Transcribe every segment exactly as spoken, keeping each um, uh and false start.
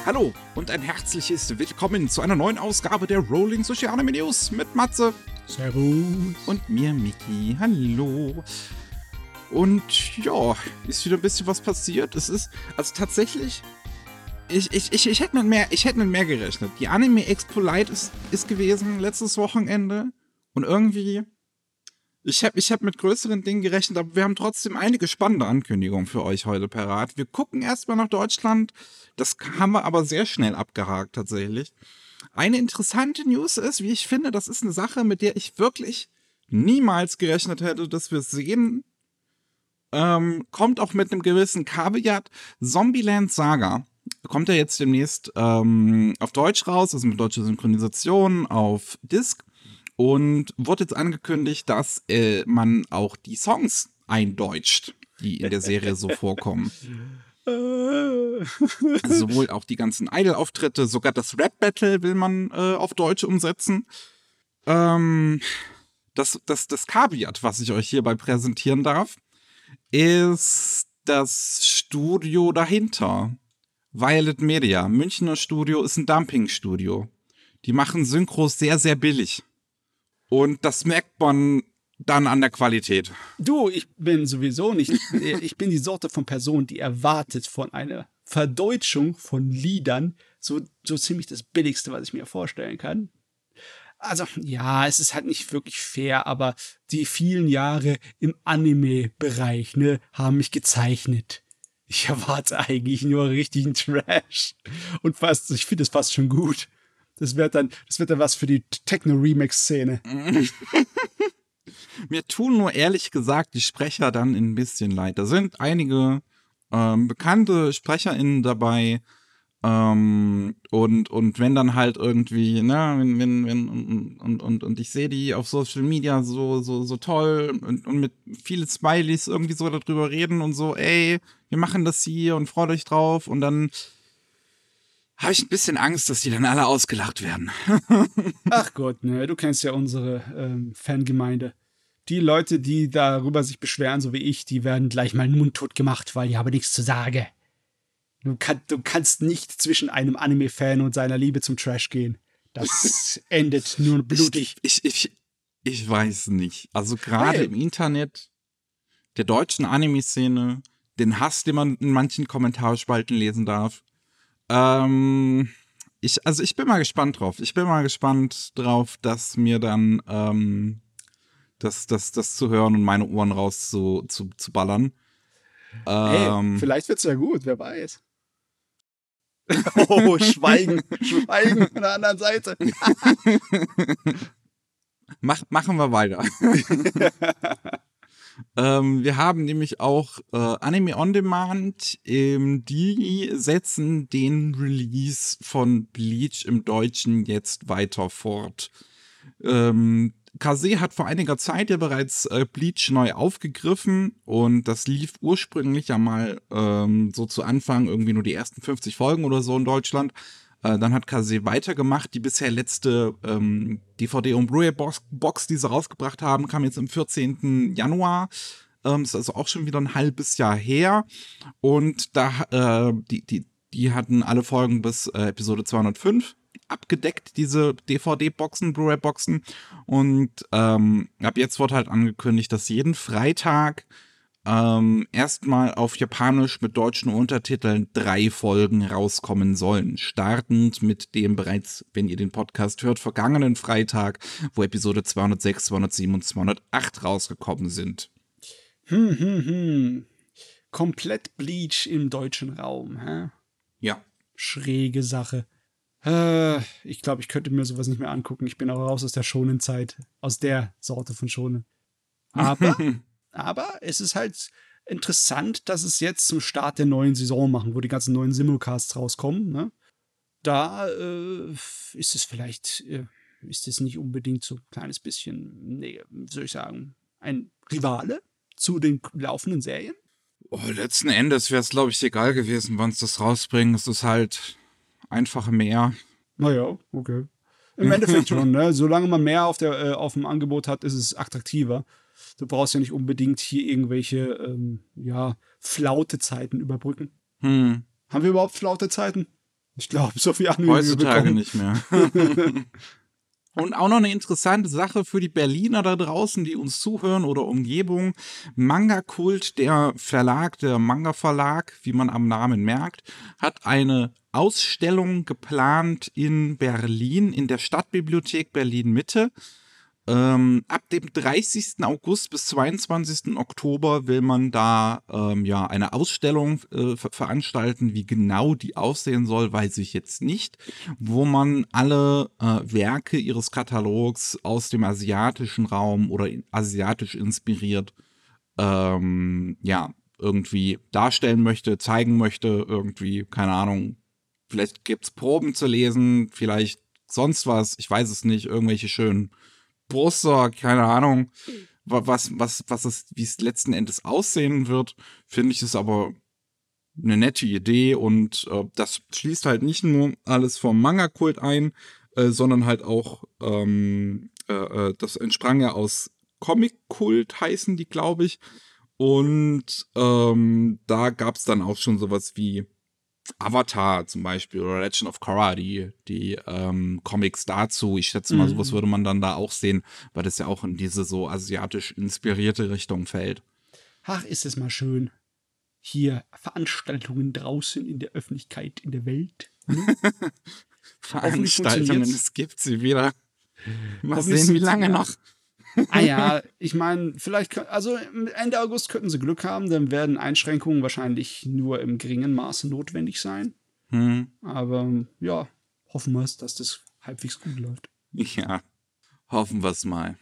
Hallo und ein herzliches Willkommen zu einer neuen Ausgabe der Rolling Sushi Anime News mit Matze. Servus. Und mir, Miki. Hallo. Und ja, ist wieder ein bisschen was passiert. Es ist, also tatsächlich, ich, ich, ich, ich hätte mit mehr, ich hätte mit mehr gerechnet. Die Anime Expo Light ist, ist gewesen letztes Wochenende. Und irgendwie, ich habe ich hab mit größeren Dingen gerechnet, aber wir haben trotzdem einige spannende Ankündigungen für euch heute parat. Wir gucken erstmal nach Deutschland. Das haben wir aber sehr schnell abgehakt tatsächlich. Eine interessante News ist, wie ich finde, das ist eine Sache, mit der ich wirklich niemals gerechnet hätte, dass wir sehen. Ähm, kommt auch mit einem gewissen Kaviat. Zombieland Saga kommt ja jetzt demnächst ähm, auf Deutsch raus, also mit deutscher Synchronisation auf Disc. Und wurde jetzt angekündigt, dass äh, man auch die Songs eindeutscht, die in der Serie so vorkommen. Also sowohl auch die ganzen Idol-Auftritte, sogar das Rap-Battle will man äh, auf Deutsch umsetzen. Ähm, das, das, das Kaviat, was ich euch hierbei präsentieren darf, ist das Studio dahinter. Violet Media, Münchner Studio, ist ein Dumping-Studio. Die machen Synchros sehr, sehr billig. Und das merkt man dann an der Qualität. Du, ich bin sowieso nicht, ich bin die Sorte von Person, die erwartet von einer Verdeutschung von Liedern so, so ziemlich das Billigste, was ich mir vorstellen kann. Also, ja, es ist halt nicht wirklich fair, aber die vielen Jahre im Anime-Bereich, ne, haben mich gezeichnet. Ich erwarte eigentlich nur richtigen Trash. Und fast, ich finde es fast schon gut. Das wird dann, das wird dann was für die Techno-Remix-Szene. Mir tun nur ehrlich gesagt die Sprecher dann ein bisschen leid. Da sind einige ähm, bekannte SprecherInnen dabei. Ähm, und, und wenn dann halt irgendwie, ne, wenn, wenn, wenn, und, und, und, und ich sehe die auf Social Media so, so, so toll und, und mit vielen Smileys irgendwie so darüber reden und so, ey, wir machen das hier und freut euch drauf und dann habe ich ein bisschen Angst, dass die dann alle ausgelacht werden. Ach Gott, ne, du kennst ja unsere ähm, Fangemeinde. Die Leute, die darüber sich beschweren, so wie ich, die werden gleich mal mundtot gemacht, weil ich habe nichts zu sagen. Du, kann, du kannst nicht zwischen einem Anime-Fan und seiner Liebe zum Trash gehen. Das endet nur blutig. Ich, ich, ich, ich weiß nicht. Also gerade Hey. im Internet der deutschen Anime-Szene, den Hass, den man in manchen Kommentarspalten lesen darf. Ähm, ich, also ich bin mal gespannt drauf. Ich bin mal gespannt drauf, dass mir dann ähm, das, das, das zu hören und meine Ohren raus zu, zu, zu ballern. Ähm, hey, vielleicht wird's ja gut, wer weiß. Oh, Schweigen, Schweigen von der anderen Seite. Mach, machen wir weiter. ähm, wir haben nämlich auch äh, Anime On Demand, ähm, die setzen den Release von Bleach im Deutschen jetzt weiter fort. Ähm, Kase hat vor einiger Zeit ja bereits äh, Bleach neu aufgegriffen und das lief ursprünglich ja mal ähm, so zu Anfang irgendwie nur die ersten fünfzig Folgen oder so in Deutschland. Äh, dann hat Kase weitergemacht. Die bisher letzte ähm, D V D- und Blu-ray-Box, die sie rausgebracht haben, kam jetzt am vierzehnten Januar. Ähm, ist also auch schon wieder ein halbes Jahr her. Und da äh, die, die, die hatten alle Folgen bis äh, Episode zweihundertfünf abgedeckt, diese D V D-Boxen, Blu-ray-Boxen. Und ähm, ab jetzt wurde halt angekündigt, dass jeden Freitag ähm, erstmal auf Japanisch mit deutschen Untertiteln drei Folgen rauskommen sollen. Startend mit dem bereits, wenn ihr den Podcast hört, vergangenen Freitag, wo Episode zweihundertsechs, zweihundertsieben und zweihundertacht rausgekommen sind. Hm, hm, hm. Komplett Bleach im deutschen Raum, hä? Ja. Schräge Sache. Äh, ich glaube, ich könnte mir sowas nicht mehr angucken. Ich bin auch raus aus der Shonen-Zeit. Aus der Sorte von Shonen. Aber, aber es ist halt interessant, dass es jetzt zum Start der neuen Saison machen, wo die ganzen neuen Simulcasts rauskommen. Ne? Da äh, ist es vielleicht, äh, ist es nicht unbedingt so ein kleines bisschen, nee, wie soll ich sagen, ein Rivale zu den laufenden Serien? Oh, letzten Endes wäre es, glaube ich, egal gewesen, wann es das rausbringen. Es ist halt einfach mehr. Naja, okay. Im Endeffekt schon, ne? Solange man mehr auf, der, äh, auf dem Angebot hat, ist es attraktiver. Du brauchst ja nicht unbedingt hier irgendwelche, ähm, ja, Flautezeiten überbrücken. Hm. Haben wir überhaupt Flautezeiten? Ich glaube, so viel Anime Heutzutage bekommen. nicht mehr. Und auch noch eine interessante Sache für die Berliner da draußen, die uns zuhören oder Umgebung. Manga Kult, der Verlag, der Manga-Verlag, wie man am Namen merkt, hat eine Ausstellung geplant in Berlin, in der Stadtbibliothek Berlin-Mitte. Ähm, ab dem dreißigsten August bis zweiundzwanzigsten Oktober will man da ähm, ja eine Ausstellung äh, ver veranstalten. Wie genau die aussehen soll, weiß ich jetzt nicht. Wo man alle äh, Werke ihres Katalogs aus dem asiatischen Raum oder in, asiatisch inspiriert ähm, ja irgendwie darstellen möchte, zeigen möchte, irgendwie, keine Ahnung. Vielleicht gibt's Proben zu lesen, vielleicht sonst was, ich weiß es nicht, irgendwelche schönen Poster, keine Ahnung, was, was, was es, wie es letzten Endes aussehen wird, finde ich es aber eine nette Idee und äh, das schließt halt nicht nur alles vom Manga-Kult ein, äh, sondern halt auch, ähm, äh, das entsprang ja aus Comic-Kult, heißen die, glaube ich. Und ähm, da gab es dann auch schon sowas wie Avatar zum Beispiel oder Legend of Korra, die, die ähm, Comics dazu. Ich schätze mal, sowas würde man dann da auch sehen, weil das ja auch in diese so asiatisch inspirierte Richtung fällt. Ach, ist es mal schön. Hier Veranstaltungen draußen in der Öffentlichkeit, in der Welt. Ne? Veranstaltungen, es gibt sie wieder. Mal Hoffentlich sehen, wie sind sie- lange ja. noch. Ah ja, ich meine, vielleicht, kö- also Ende August könnten sie Glück haben, dann werden Einschränkungen wahrscheinlich nur im geringen Maße notwendig sein. Hm, Aber ja, hoffen wir es, dass das halbwegs gut läuft. ja, hoffen wir es mal.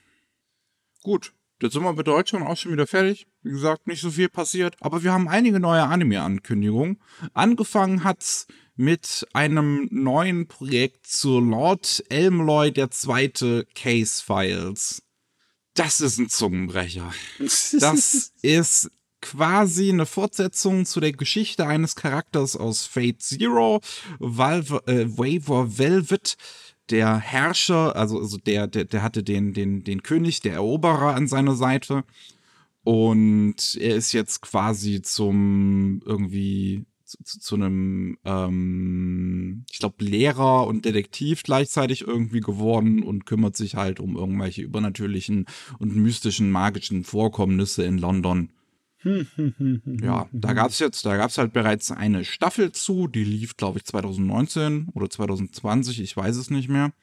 Gut, jetzt sind wir mit Deutschland auch schon wieder fertig. Wie gesagt, nicht so viel passiert, aber wir haben einige neue Anime-Ankündigungen. Angefangen hat's mit einem neuen Projekt zu Lord Elmloy der Zweite Case Files. Das ist ein Zungenbrecher. Das ist quasi eine Fortsetzung zu der Geschichte eines Charakters aus Fate Zero, Valve, äh, Waver Velvet, der Herrscher, also, also der, der, der hatte den, den, den König, der Eroberer an seiner Seite. Und er ist jetzt quasi zum irgendwie zu, zu, zu einem, ähm, ich glaube, Lehrer und Detektiv gleichzeitig irgendwie geworden und kümmert sich halt um irgendwelche übernatürlichen und mystischen magischen Vorkommnisse in London. Ja, da gab's jetzt, da gab's halt bereits eine Staffel zu, die lief, glaube ich, zwanzig neunzehn oder zwanzig zwanzig, ich weiß es nicht mehr.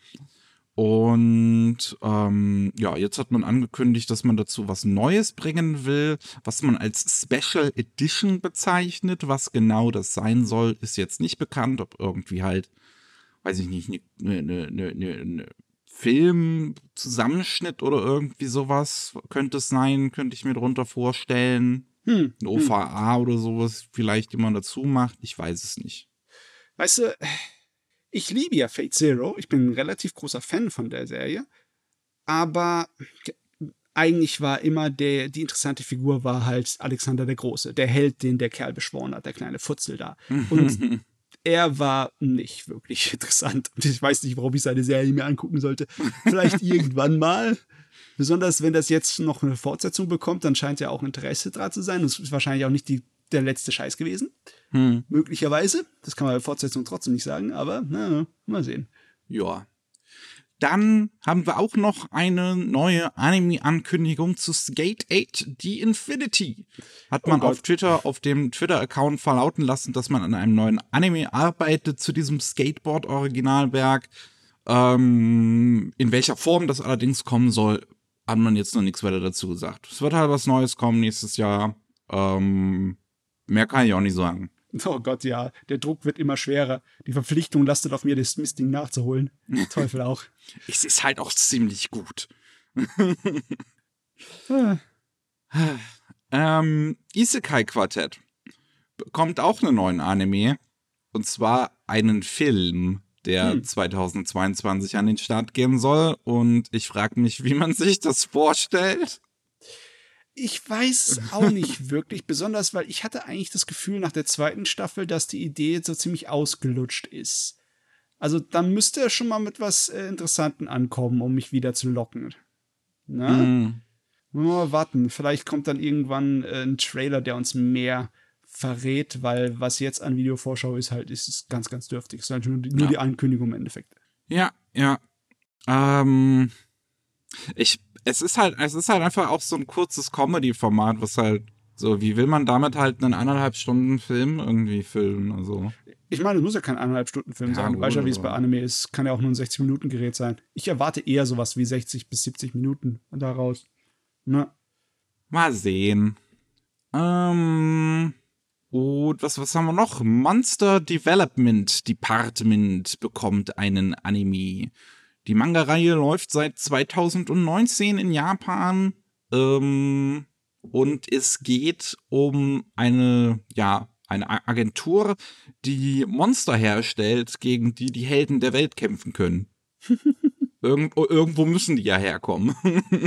Und ähm, ja, jetzt hat man angekündigt, dass man dazu was Neues bringen will, was man als Special Edition bezeichnet. Was genau das sein soll, ist jetzt nicht bekannt. Ob irgendwie halt, weiß ich nicht, eine ne, ne, ne, ne Filmzusammenschnitt oder irgendwie sowas könnte es sein, könnte ich mir drunter vorstellen. Hm. Ein O V A oder sowas vielleicht, die man dazu macht. Ich weiß es nicht. Weißt du, ich liebe ja Fate Zero. Ich bin ein relativ großer Fan von der Serie. Aber eigentlich war immer der, die interessante Figur war halt Alexander der Große. Der Held, den der Kerl beschworen hat, der kleine Futzel da. Und er war nicht wirklich interessant. Und ich weiß nicht, warum ich seine Serie mir angucken sollte. Vielleicht irgendwann mal. Besonders wenn das jetzt noch eine Fortsetzung bekommt, dann scheint ja auch Interesse dran zu sein. Das ist wahrscheinlich auch nicht die, der letzte Scheiß gewesen. Hm. Möglicherweise. Das kann man bei Fortsetzung trotzdem nicht sagen, aber na, mal sehen. Ja. Dann haben wir auch noch eine neue Anime-Ankündigung zu Skate acht, die Infinity. Hat man oh auf Twitter, auf dem Twitter-Account verlauten lassen, dass man an einem neuen Anime arbeitet zu diesem Skateboard-Originalwerk. Ähm, in welcher Form das allerdings kommen soll, hat man jetzt noch nichts weiter dazu gesagt. Es wird halt was Neues kommen nächstes Jahr. Ähm, mehr kann ich auch nicht sagen. Oh Gott, ja. Der Druck wird immer schwerer. Die Verpflichtung lastet auf mir, das Mistding nachzuholen. Teufel auch. Es ist halt auch ziemlich gut. ah. ähm, Isekai-Quartett bekommt auch einen neuen Anime. Und zwar einen Film, der hm. zweitausendzweiundzwanzig an den Start gehen soll. Und ich frage mich, wie man sich das vorstellt. Ich weiß auch nicht wirklich, besonders, weil ich hatte eigentlich das Gefühl nach der zweiten Staffel, dass die Idee so ziemlich ausgelutscht ist. Also da müsste er schon mal mit was äh, Interessantem ankommen, um mich wieder zu locken. Na? Mm. Mal warten, vielleicht kommt dann irgendwann äh, ein Trailer, der uns mehr verrät, weil was jetzt an Videovorschau ist, halt, ist, ist ganz, ganz dürftig. Es ist halt nur, die, nur ja. die Ankündigung im Endeffekt. Ja, ja. Ähm, ich, es ist halt, es ist halt einfach auch so ein kurzes Comedy-Format, was halt so, wie will man damit halt einen eineinhalb Stunden Film irgendwie filmen? Also. Ich meine, es muss ja kein eineinhalb Stunden Film ja, sein. Du weißt ja, wie es bei Anime ist. Kann ja auch nur ein sechzig Minuten Gerät sein. Ich erwarte eher sowas wie sechzig bis siebzig Minuten daraus. Na. Mal sehen. Ähm. Und was, was haben wir noch? Monster Development Department bekommt einen Anime. Die Manga-Reihe läuft seit zweitausendneunzehn in Japan. Ähm. Und es geht um eine, ja, eine Agentur, die Monster herstellt, gegen die die Helden der Welt kämpfen können. Irgendwo, irgendwo müssen die ja herkommen.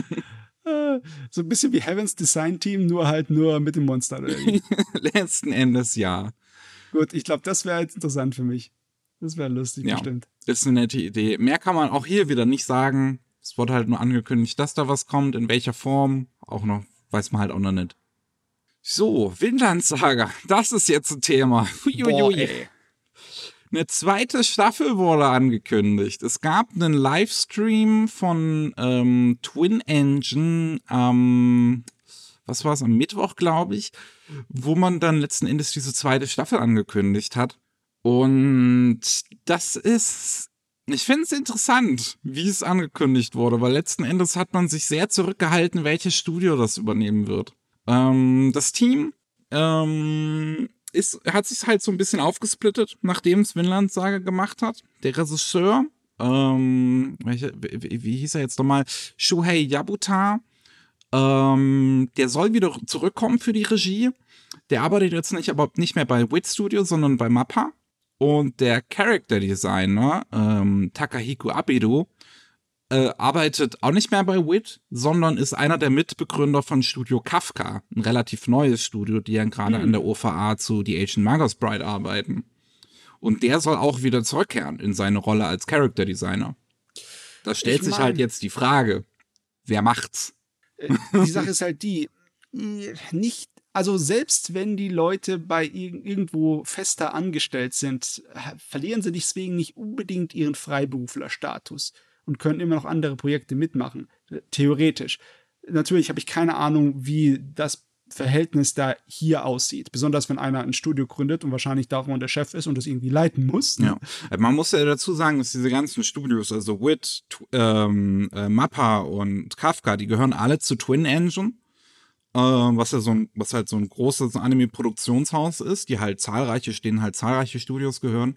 So ein bisschen wie Heaven's Design Team, nur halt nur mit dem Monster. Letzten Endes ja. Gut, ich glaube, das wäre jetzt interessant für mich. Das wäre lustig, ja, bestimmt. Ist eine nette Idee. Mehr kann man auch hier wieder nicht sagen. Es wurde halt nur angekündigt, dass da was kommt, in welcher Form. Auch noch, weiß man halt auch noch nicht. So, Vinland Saga, das ist jetzt ein Thema. Boah, ey. Eine zweite Staffel wurde angekündigt. Es gab einen Livestream von ähm, Twin Engine am, was war es, am Mittwoch, glaube ich, wo man dann letzten Endes diese zweite Staffel angekündigt hat. Und das ist, ich finde es interessant, wie es angekündigt wurde, weil letzten Endes hat man sich sehr zurückgehalten, welches Studio das übernehmen wird. Ähm, das Team ähm, ist, hat sich halt so ein bisschen aufgesplittet, nachdem es Vinland Saga gemacht hat. Der Regisseur, ähm, welche, wie, wie hieß er jetzt nochmal? Shuhei Yabuta, ähm, der soll wieder zurückkommen für die Regie. Der arbeitet jetzt nicht, aber nicht mehr bei Wit Studio, sondern bei Mappa. Und der Character Designer, ähm, Takahiko Abedo, Äh, arbeitet auch nicht mehr bei Wit, sondern ist einer der Mitbegründer von Studio Kafka, ein relativ neues Studio, die ja gerade hm. an der O V A zu The Asian Magus Bride arbeiten. Und der soll auch wieder zurückkehren in seine Rolle als Character Designer. Da stellt ich sich mein, halt jetzt die Frage, wer macht's? Die Sache ist halt die, nicht, also selbst wenn die Leute bei ir- irgendwo fester angestellt sind, verlieren sie deswegen nicht unbedingt ihren Freiberuflerstatus und können immer noch andere Projekte mitmachen, theoretisch. Natürlich habe ich keine Ahnung, wie das Verhältnis da hier aussieht, besonders wenn einer ein Studio gründet und wahrscheinlich davon der Chef ist und das irgendwie leiten muss. Ne? Ja, man muss ja dazu sagen, dass diese ganzen Studios, also Wit, ähm, äh, Mappa und Kafka, die gehören alle zu Twin Engine, äh, was ja so ein, was halt so ein großes Anime-Produktionshaus ist, die halt zahlreiche, stehen halt zahlreiche Studios gehören.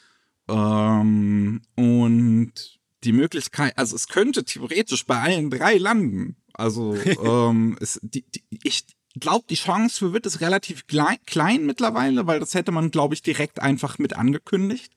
Ähm, und die Möglichkeit, also es könnte theoretisch bei allen drei landen. Also ähm, es, die, die, ich glaube, die Chance für Wit ist relativ klein, klein mittlerweile, weil das hätte man, glaube ich, direkt einfach mit angekündigt.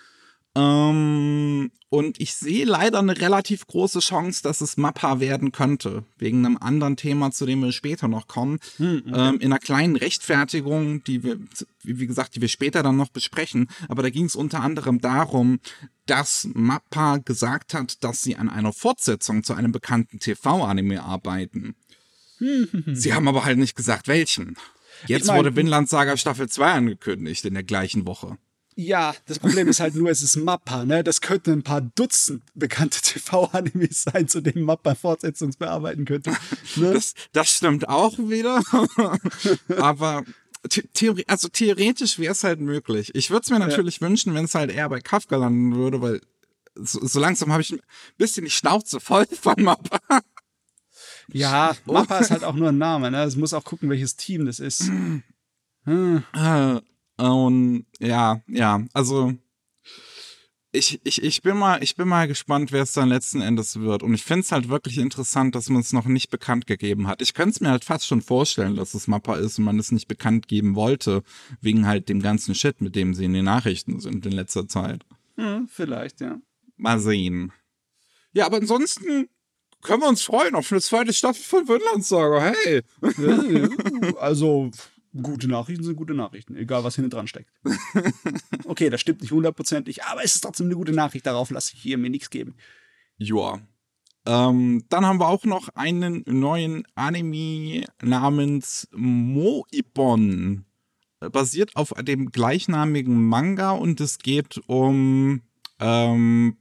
Ähm, und ich sehe leider eine relativ große Chance, dass es Mappa werden könnte. Wegen einem anderen Thema, zu dem wir später noch kommen. Hm, okay. ähm, in einer kleinen Rechtfertigung, die wir, wie gesagt, die wir später dann noch besprechen. Aber da ging es unter anderem darum, dass Mappa gesagt hat, dass sie an einer Fortsetzung zu einem bekannten T V-Anime arbeiten. Sie haben aber halt nicht gesagt, welchen. Jetzt ich mein, wurde Vinland Saga Staffel zwei angekündigt in der gleichen Woche. Ja, das Problem ist halt nur, es ist Mappa, ne? Das könnten ein paar Dutzend bekannte T V-Animes sein, zu denen Mappa fortsetzungsbearbeiten könnte. Ne? Das, das stimmt auch wieder. Aber theori- also theoretisch wäre es halt möglich. Ich würde es mir natürlich ja. wünschen, wenn es halt eher bei Kafka landen würde, weil so, so langsam habe ich ein bisschen die Schnauze voll von Mappa. Ja, Mappa ist halt auch nur ein Name, ne? Es muss auch gucken, welches Team das ist. Hm. Äh. Und ja, ja, also ich, ich, ich bin mal, ich bin mal gespannt, wer es dann letzten Endes wird. Und ich finde es halt wirklich interessant, dass man es noch nicht bekannt gegeben hat. Ich könnte es mir halt fast schon vorstellen, dass es Mappa ist und man es nicht bekannt geben wollte, wegen halt dem ganzen Shit, mit dem sie in den Nachrichten sind in letzter Zeit. Hm, vielleicht, ja. Mal sehen. Ja, aber ansonsten können wir uns freuen auf eine zweite Staffel von Vinland Saga. Hey! Also gute Nachrichten sind gute Nachrichten, egal was hinten dran steckt. Okay, das stimmt nicht hundertprozentig, aber es ist trotzdem eine gute Nachricht, darauf lasse ich hier mir nichts geben. Joa. Ähm, dann haben wir auch noch einen neuen Anime namens Moibon basiert auf dem gleichnamigen Manga und es geht um ähm,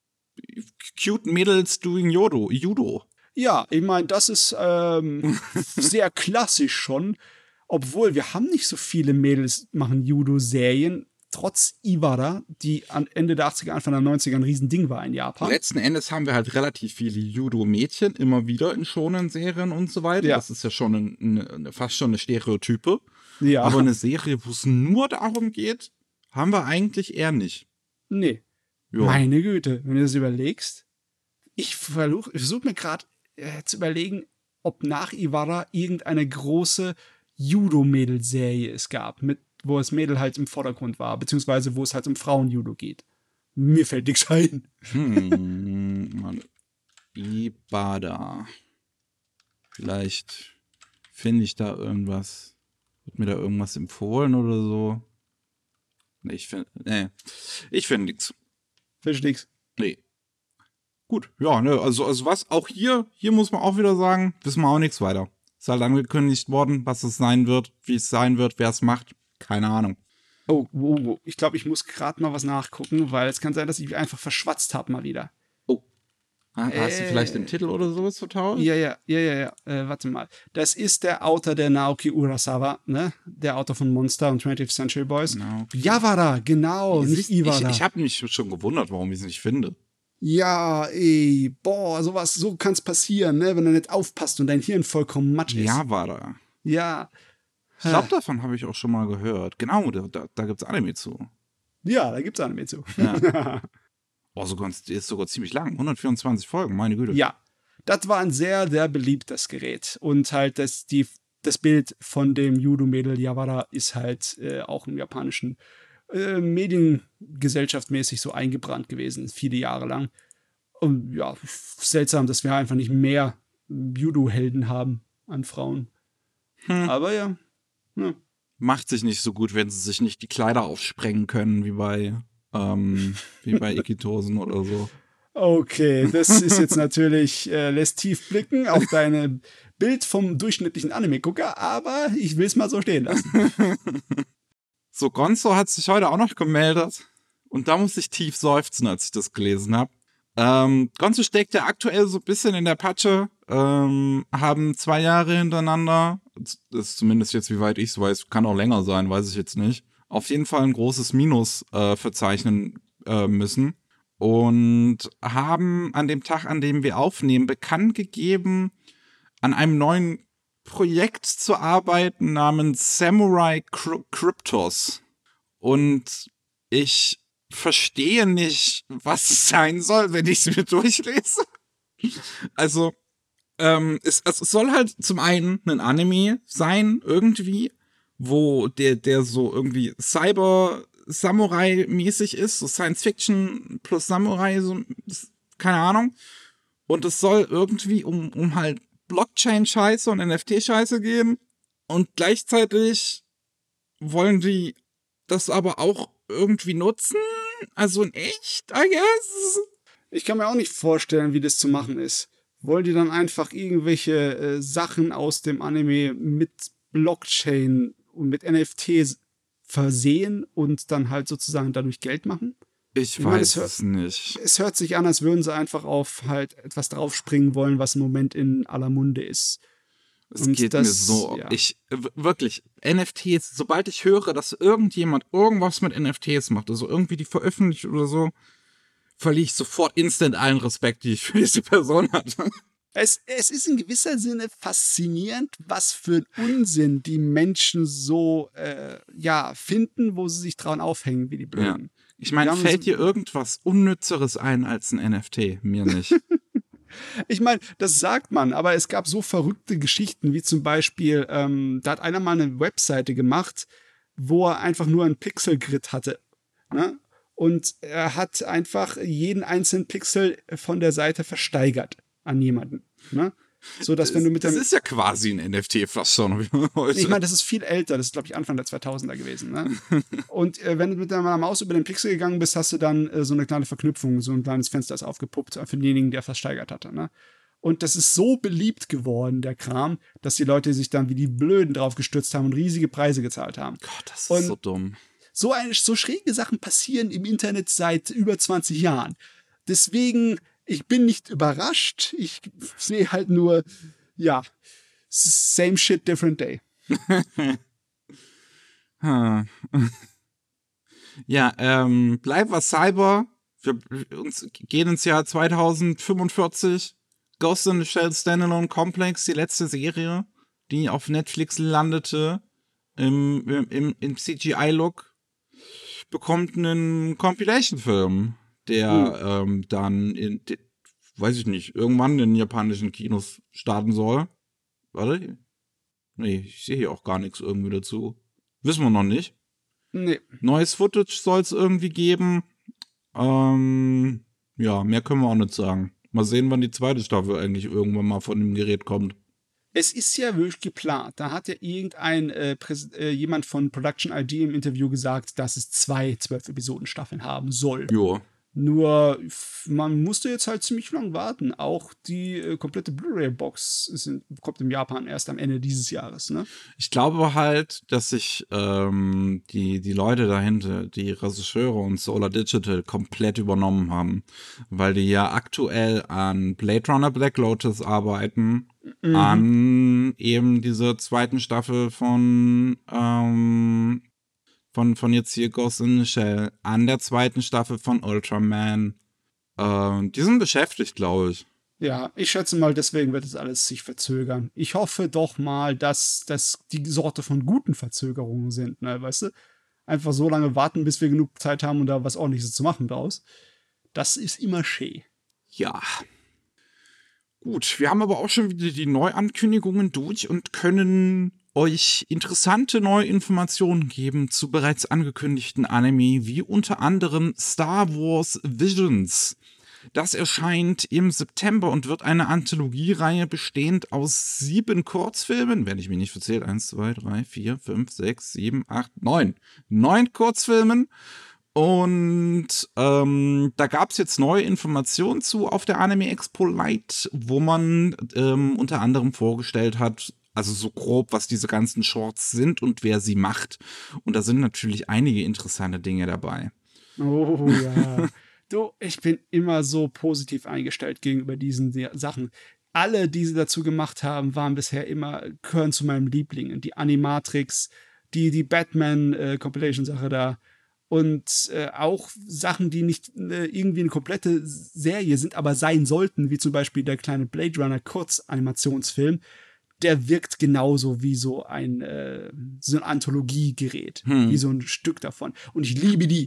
cute Mädels doing Judo. Judo. Ja, ich meine, das ist ähm, sehr klassisch schon. Obwohl, wir haben nicht so viele Mädels machen Judo-Serien, trotz Iwara, die an Ende der achtziger, Anfang der neunziger ein Riesending war in Japan. Letzten Endes haben wir halt relativ viele Judo-Mädchen, immer wieder in Shonen-Serien und so weiter. Ja. Das ist ja schon eine, eine, fast schon eine Stereotype. Ja. Aber eine Serie, wo es nur darum geht, haben wir eigentlich eher nicht. Nee. Jo. Meine Güte, wenn du das überlegst. Ich versuche versuch mir gerade äh, zu überlegen, ob nach Iwara irgendeine große Judo-Mädel-Serie es gab, mit, wo das Mädel halt im Vordergrund war, beziehungsweise wo es halt um Frauen-Judo geht. Mir fällt nichts ein. Hm, Ibada. Vielleicht finde ich da irgendwas. Wird mir da irgendwas empfohlen oder so? Nee, ich finde nee. Ich finde nichts. Findest nix? Nee. Gut, ja, ne, also, also was, auch hier, hier muss man auch wieder sagen, wissen wir auch nichts weiter. Ist halt angekündigt worden, was es sein wird, wie es sein wird, wer es macht, keine Ahnung. Oh, oh, oh. Ich glaube, ich muss gerade mal was nachgucken, weil es kann sein, dass ich mich einfach verschwatzt habe mal wieder. Oh. Ah, äh, hast du vielleicht den Titel oder sowas vertauscht? Ja, ja, ja, ja, ja. Äh, warte mal. Das ist der Autor der Naoki Urasawa, ne? Der Autor von Monster und twentieth Century Boys. Naoki. Yawara, genau, ich, nicht Iwara. Ich, ich habe mich schon gewundert, warum ich es nicht finde. Ja, ey, boah, sowas, so kann's passieren, ne, wenn du nicht aufpasst und dein Hirn vollkommen matsch ist. Yawara. Ja. Ich glaube, davon habe ich auch schon mal gehört. Genau, da, da, da gibt's Anime zu. Ja, da gibt's Anime zu. Ja. Oh, sogar, ist sogar ziemlich lang. hundertvierundzwanzig Folgen, meine Güte. Ja, das war ein sehr, sehr beliebtes Gerät. Und halt das, die, das Bild von dem Judo-Mädel Yawara ist halt äh, auch im japanischen äh, Mediengesellschaftmäßig so eingebrannt gewesen, viele Jahre lang. Und ja, seltsam, dass wir einfach nicht mehr Judo-Helden haben an Frauen. Hm. Aber ja. ja. Macht sich nicht so gut, wenn sie sich nicht die Kleider aufsprengen können, wie bei Ähm, wie bei Ikitosen oder so. Okay, das ist jetzt natürlich, äh, lässt tief blicken auf dein Bild vom durchschnittlichen Anime-Gucker, aber ich will es mal so stehen lassen. So, Gonzo hat sich heute auch noch gemeldet und da muss ich tief seufzen, als ich das gelesen habe. Ähm, Gonzo steckt ja aktuell so ein bisschen in der Patsche, ähm, haben zwei Jahre hintereinander, das ist zumindest jetzt, wie weit ich es weiß, kann auch länger sein, weiß ich jetzt nicht, auf jeden Fall ein großes Minus äh, verzeichnen äh, müssen und haben an dem Tag, an dem wir aufnehmen, bekannt gegeben, an einem neuen Projekt zu arbeiten namens Samurai Cry- Cryptos. Und ich verstehe nicht, was es sein soll, wenn ich es mir durchlese. Also, ähm, es, es soll halt zum einen ein Anime sein, irgendwie, wo der, der so irgendwie Cyber-Samurai-mäßig ist, so Science-Fiction plus Samurai, so, keine Ahnung. Und es soll irgendwie um, um halt Blockchain-Scheiße und N F T-Scheiße gehen. Und gleichzeitig wollen die das aber auch irgendwie nutzen. Also in echt, I guess. Ich kann mir auch nicht vorstellen, wie das zu machen ist. Wollen die dann einfach irgendwelche äh, Sachen aus dem Anime mit Blockchain und mit N F Ts versehen und dann halt sozusagen dadurch Geld machen? Ich, ich weiß meine, es, hört, es nicht. Es hört sich an, als würden sie einfach auf halt etwas draufspringen wollen, was im Moment in aller Munde ist. Es und geht das, mir so, ja. ich, wirklich, N F Ts, sobald ich höre, dass irgendjemand irgendwas mit N F Ts macht, also irgendwie die veröffentlicht oder so, verliere ich sofort instant allen Respekt, die ich für diese Person hatte. Es, es ist in gewisser Sinne faszinierend, was für ein Unsinn die Menschen so, äh, ja, finden, wo sie sich dran aufhängen, wie die Blöden. Ja. Ich meine, fällt so dir irgendwas Unnützeres ein als ein N F T? Mir nicht. Ich meine, das sagt man, aber es gab so verrückte Geschichten, wie zum Beispiel, ähm, da hat einer mal eine Webseite gemacht, wo er einfach nur ein Pixel-Grid hatte. Ne? Und er hat einfach jeden einzelnen Pixel von der Seite versteigert an jemanden. Ne? So, dass, wenn du mit das ist ja quasi ein N F T fast schon. Heute. Ich meine, das ist viel älter. Das ist, glaube ich, Anfang der zweitausender gewesen. Ne? Und äh, wenn du mit deiner Maus über den Pixel gegangen bist, hast du dann äh, so eine kleine Verknüpfung, so ein kleines Fenster ist aufgepuppt für denjenigen, der versteigert hatte. Ne? Und das ist so beliebt geworden, der Kram, dass die Leute sich dann wie die Blöden drauf gestürzt haben und riesige Preise gezahlt haben. Gott, das ist und so dumm. So, eine, so schräge Sachen passieren im Internet seit über zwanzig Jahren. Deswegen, ich bin nicht überrascht. Ich sehe halt nur, ja, same shit, different day. hm. Ja, ähm, bleiben wir Cyber. Wir uns gehen ins Jahr zweitausendfünfundvierzig. Ghost in the Shell Standalone Complex, die letzte Serie, die auf Netflix landete, im, im, im C G I-Look, bekommt einen Compilation-Film, der mhm. ähm, dann in, de, weiß ich nicht, irgendwann in japanischen Kinos starten soll. Warte. Nee, ich sehe hier auch gar nichts irgendwie dazu. Wissen wir noch nicht. Nee. Neues Footage soll es irgendwie geben. Ähm, ja, mehr können wir auch nicht sagen. Mal sehen, wann die zweite Staffel eigentlich irgendwann mal von dem Gerät kommt. Es ist ja wirklich geplant. Da hat ja irgendein äh, äh, jemand von Production I D im Interview gesagt, dass es zwei zwölf-Episoden-Staffeln haben soll. Jo. Nur, man musste jetzt halt ziemlich lang warten. Auch die äh, komplette Blu-ray-Box ist in, kommt in Japan erst am Ende dieses Jahres, ne? Ich glaube halt, dass sich ähm, die, die Leute dahinter, die Regisseure und Solar Digital komplett übernommen haben. Weil die ja aktuell an Blade Runner Black Lotus arbeiten. Mhm. An eben dieser zweiten Staffel von ähm, Von, von jetzt hier Ghost in the Shell, an der zweiten Staffel von Ultraman. Äh, die sind beschäftigt, glaube ich. Ja, ich schätze mal, deswegen wird es alles sich verzögern. Ich hoffe doch mal, dass das die Sorte von guten Verzögerungen sind, ne, weißt du? Einfach so lange warten, bis wir genug Zeit haben, um da was Ordentliches zu machen draus. Das ist immer schön. Ja. Gut, wir haben aber auch schon wieder die Neuankündigungen durch und können euch interessante neue Informationen geben zu bereits angekündigten Anime, wie unter anderem Star Wars Visions. Das erscheint im September und wird eine Anthologiereihe bestehend aus sieben Kurzfilmen, wenn ich mich nicht verzählt, eins, zwei, drei, vier, fünf, sechs, sieben, acht, neun. Neun Kurzfilmen. Und ähm, da gab es jetzt neue Informationen zu auf der Anime Expo Light, wo man ähm, unter anderem vorgestellt hat, also so grob, was diese ganzen Shorts sind und wer sie macht. Und da sind natürlich einige interessante Dinge dabei. Oh ja. Du, ich bin immer so positiv eingestellt gegenüber diesen Sachen. Alle, die sie dazu gemacht haben, waren bisher immer, gehören zu meinen Lieblingen. Die Animatrix, die, die Batman-Compilation-Sache äh, da. Und äh, auch Sachen, die nicht äh, irgendwie eine komplette Serie sind, aber sein sollten, wie zum Beispiel der kleine Blade Runner Kurzanimationsfilm. Der wirkt genauso wie so ein, äh, so ein Anthologiegerät, hm. wie so ein Stück davon. Und ich liebe die.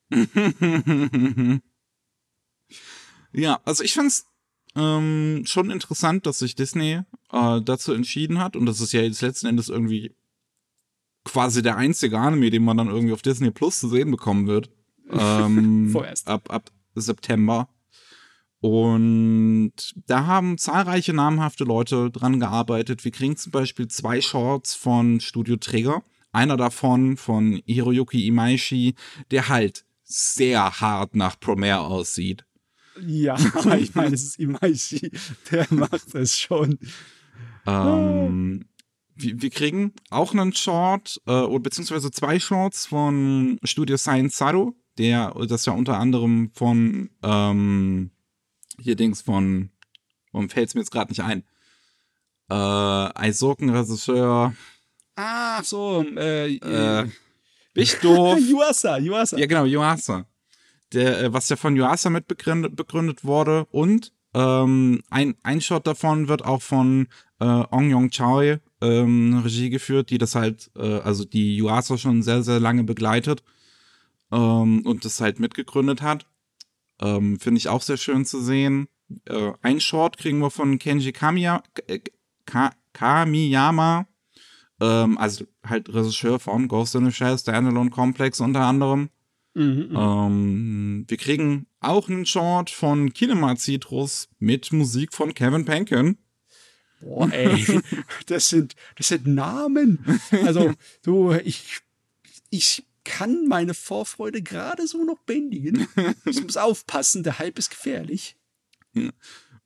Ja, also ich find's ähm, schon interessant, dass sich Disney äh, dazu entschieden hat. Und das ist ja jetzt letzten Endes irgendwie quasi der einzige Anime, den man dann irgendwie auf Disney Plus zu sehen bekommen wird. Ähm, Vorerst. Ab, ab September. Und da haben zahlreiche namhafte Leute dran gearbeitet. Wir kriegen zum Beispiel zwei Shorts von Studio Trigger. Einer davon von Hiroyuki Imaishi, der halt sehr hart nach Promare aussieht. Ja, ich meine, es ist Imaishi, der macht es schon. Ähm, wir, wir kriegen auch einen Short, äh, oder beziehungsweise zwei Shorts von Studio Science Saru, der das ja unter anderem von ähm, hier Dings von, warum fällt es mir jetzt gerade nicht ein? Äh, Aizoken-Regisseur. Ah, so, äh, äh Nicht doof. Yuasa, Yuasa. Ja, genau, Yuasa. Der, äh, was ja von Yuasa mit begründet, begründet wurde. Und ähm, ein, ein Shot davon wird auch von äh, Ong Yong Choi ähm, Regie geführt, die das halt, äh, also die Yuasa schon sehr, sehr lange begleitet ähm, und das halt mitgegründet hat. Ähm, Finde ich auch sehr schön zu sehen. Äh, ein Short kriegen wir von Kenji Kamiya, Ka- Kamiyama, ähm, also halt Regisseur von Ghost in the Shell, Standalone Complex unter anderem. Mhm, ähm, wir kriegen auch einen Short von Kinema Citrus mit Musik von Kevin Penkin. Boah, ey, das sind, das sind Namen. Also, du, ich, ich kann meine Vorfreude gerade so noch bändigen. Ich muss aufpassen, der Hype ist gefährlich. Ja.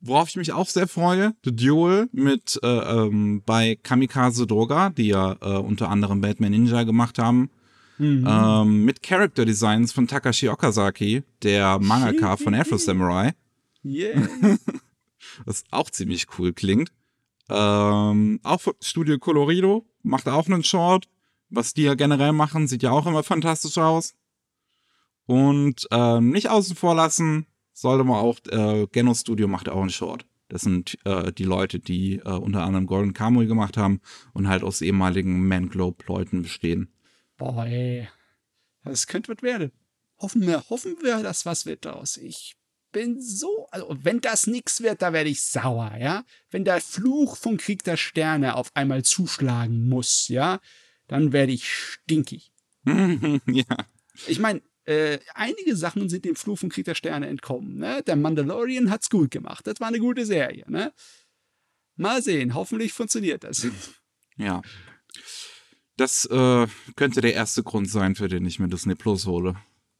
worauf ich mich auch sehr freue, The Duel mit äh, ähm, bei Kamikaze Doga, die ja äh, unter anderem Batman Ninja gemacht haben, mhm. ähm, mit Character Designs von Takashi Okazaki, der Mangaka von Afro Samurai. Yeah. Was auch ziemlich cool klingt. Ähm, auch von Studio Colorido macht auch einen Short. Was die ja generell machen, sieht ja auch immer fantastisch aus. Und ähm, nicht außen vor lassen, sollte man auch, äh, Geno Studio macht auch einen Short. Das sind äh, die Leute, die äh, unter anderem Golden Kamuy gemacht haben und halt aus ehemaligen Man Globe-Leuten bestehen. Boah, ey. Das könnte was werden. Hoffen wir, hoffen wir, dass was wird daraus. Ich bin so, also wenn das nix wird, da werde ich sauer, ja. Wenn der Fluch von Krieg der Sterne auf einmal zuschlagen muss, ja, dann werde ich stinkig. Ja. Ich meine, Äh, einige Sachen sind dem Fluch von Krieg der Sterne entkommen. Ne? Der Mandalorian hat's gut gemacht. Das war eine gute Serie. Ne? Mal sehen. Hoffentlich funktioniert das. Ja. Das äh, könnte der erste Grund sein, für den ich mir Disney Plus hole.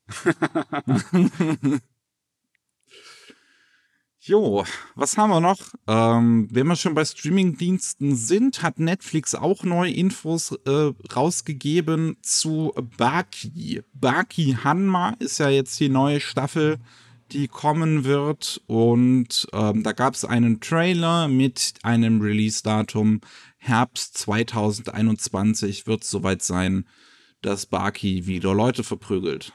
Jo, was haben wir noch? Ähm, wenn wir schon bei Streamingdiensten sind, hat Netflix auch neue Infos äh, rausgegeben zu Baki. Baki Hanma ist ja jetzt die neue Staffel, die kommen wird. Und ähm, da gab es einen Trailer mit einem Release-Datum. Herbst zwanzig einundzwanzig wird es soweit sein, dass Baki wieder Leute verprügelt.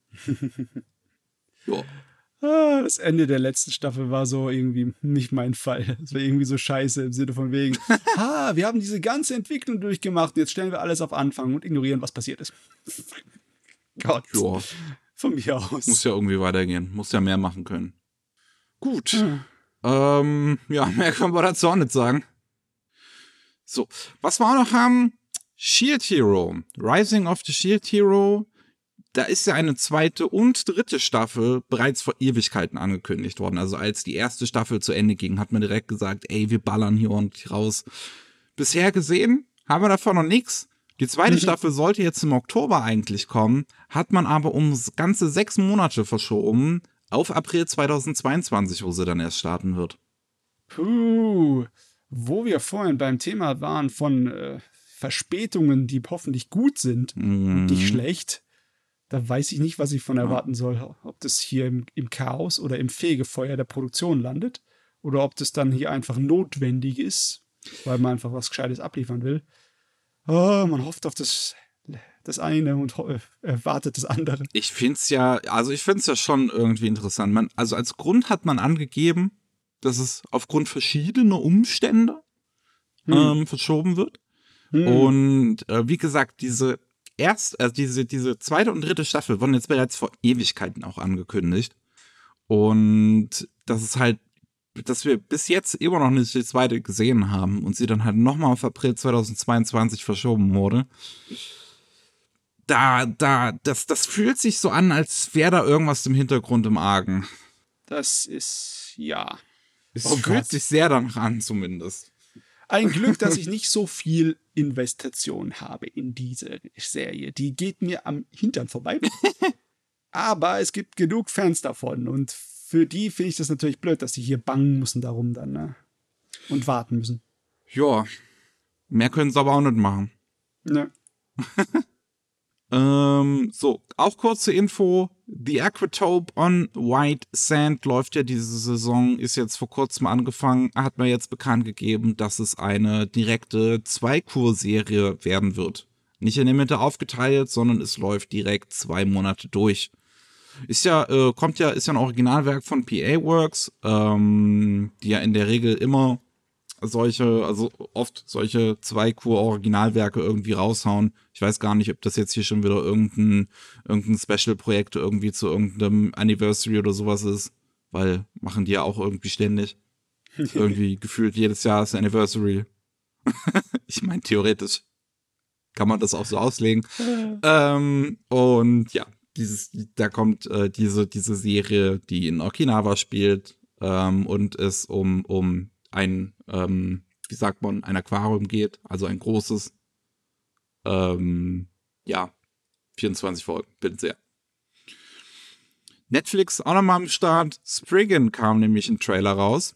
Jo. Das Ende der letzten Staffel war so irgendwie nicht mein Fall. Es war irgendwie so scheiße im Sinne von wegen, ha, wir haben diese ganze Entwicklung durchgemacht und jetzt stellen wir alles auf Anfang und ignorieren, was passiert ist. Gott. Ja. Von mir aus. Muss ja irgendwie weitergehen. Muss ja mehr machen können. Gut. Hm. Ähm, ja, mehr können wir dazu auch nicht sagen. So, was wir auch noch haben, Shield Hero. Rising of the Shield Hero. Da ist ja eine zweite und dritte Staffel bereits vor Ewigkeiten angekündigt worden. Also als die erste Staffel zu Ende ging, hat man direkt gesagt, ey, wir ballern hier und raus. Bisher gesehen, haben wir davon noch nichts. Die zweite mhm. Staffel sollte jetzt im Oktober eigentlich kommen, hat man aber um ganze sechs Monate verschoben auf April zweitausendzweiundzwanzig, wo sie dann erst starten wird. Puh, wo wir vorhin beim Thema waren von äh, Verspätungen, die hoffentlich gut sind mhm. und nicht schlecht. Da weiß ich nicht, was ich von erwarten soll. Ob das hier im, im Chaos oder im Fegefeuer der Produktion landet. Oder ob das dann hier einfach notwendig ist, weil man einfach was Gescheites abliefern will. Oh, man hofft auf das, das eine und erwartet das andere. Ich finde es ja, also ich finde es ja schon irgendwie interessant. Man, also als Grund hat man angegeben, dass es aufgrund verschiedener Umstände hm. ähm, verschoben wird. Hm. Und äh, wie gesagt, diese Erst, also diese, diese zweite und dritte Staffel wurden jetzt bereits vor Ewigkeiten auch angekündigt. Und das ist halt, dass wir bis jetzt immer noch nicht die zweite gesehen haben und sie dann halt nochmal auf April zweitausendzweiundzwanzig verschoben wurde. Da, da, das, das fühlt sich so an, als wäre da irgendwas im Hintergrund im Argen. Das ist, ja. Es oh fühlt Gott. sich sehr danach an, zumindest. Ein Glück, dass ich nicht so viel Investition habe in diese Serie. Die geht mir am Hintern vorbei. Aber es gibt genug Fans davon. Und für die finde ich das natürlich blöd, dass die hier bangen müssen darum dann. Ne? Und warten müssen. Ja. Mehr können sie aber auch nicht machen. Ne. ähm, so, auch kurze Info. The Aquatope on White Sand läuft ja diese Saison, ist jetzt vor kurzem angefangen, hat man jetzt bekannt gegeben, dass es eine direkte Zwei-Kur-Serie werden wird. Nicht in der Mitte aufgeteilt, sondern es läuft direkt zwei Monate durch. Ist ja, äh, kommt ja, ist ja ein Originalwerk von P A Works, ähm, die ja in der Regel immer solche, also oft solche Zwei-Kur-Originalwerke irgendwie raushauen. Ich weiß gar nicht, ob das jetzt hier schon wieder irgendein, irgendein Special-Projekt irgendwie zu irgendeinem Anniversary oder sowas ist, weil machen die ja auch irgendwie ständig. Irgendwie gefühlt jedes Jahr ist Anniversary. Ich meine, theoretisch kann man das auch so auslegen. ähm, und ja, dieses, da kommt äh, diese, diese Serie, die in Okinawa spielt ähm, und es um, um ein, ähm, wie sagt man, ein Aquarium geht, also ein großes, ähm, ja, vierundzwanzig Folgen, bitte sehr. Netflix auch nochmal am Start. Spriggan kam nämlich ein Trailer raus.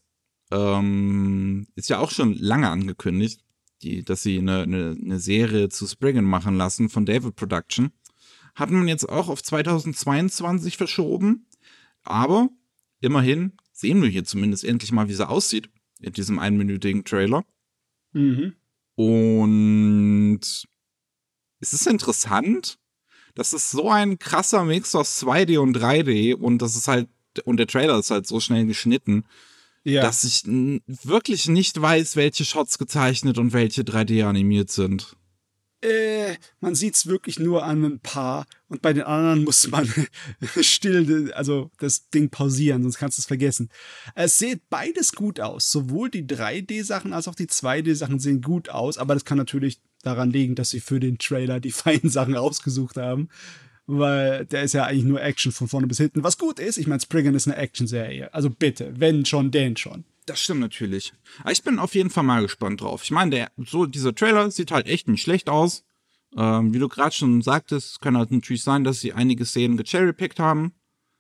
ähm, ist ja auch schon lange angekündigt, die, dass sie eine, eine, eine Serie zu Spriggan machen lassen von David Production. Hat man jetzt auch auf zweitausendzweiundzwanzig verschoben. Aber immerhin sehen wir hier zumindest endlich mal, wie sie aussieht in diesem einminütigen Trailer. Mhm. Und es ist interessant, das ist so ein krasser Mix aus zwei D und drei D und das ist halt, und der Trailer ist halt so schnell geschnitten, Ja. dass ich n- wirklich nicht weiß, welche Shots gezeichnet und welche drei D animiert sind. Äh, man sieht es wirklich nur an ein paar und bei den anderen muss man still, also das Ding pausieren, sonst kannst du es vergessen. Es sieht beides gut aus. Sowohl die drei D-Sachen als auch die zwei D-Sachen sehen gut aus, aber das kann natürlich daran liegen, dass sie für den Trailer die feinen Sachen ausgesucht haben, weil der ist ja eigentlich nur Action von vorne bis hinten. Was gut ist, ich meine, Spriggan ist eine Action-Serie. Also bitte, wenn schon, denn schon. Das stimmt natürlich. Aber ich bin auf jeden Fall mal gespannt drauf. Ich meine, der, so, dieser Trailer sieht halt echt nicht schlecht aus. Ähm, wie du gerade schon sagtest, kann halt natürlich sein, dass sie einige Szenen gecherrypickt haben.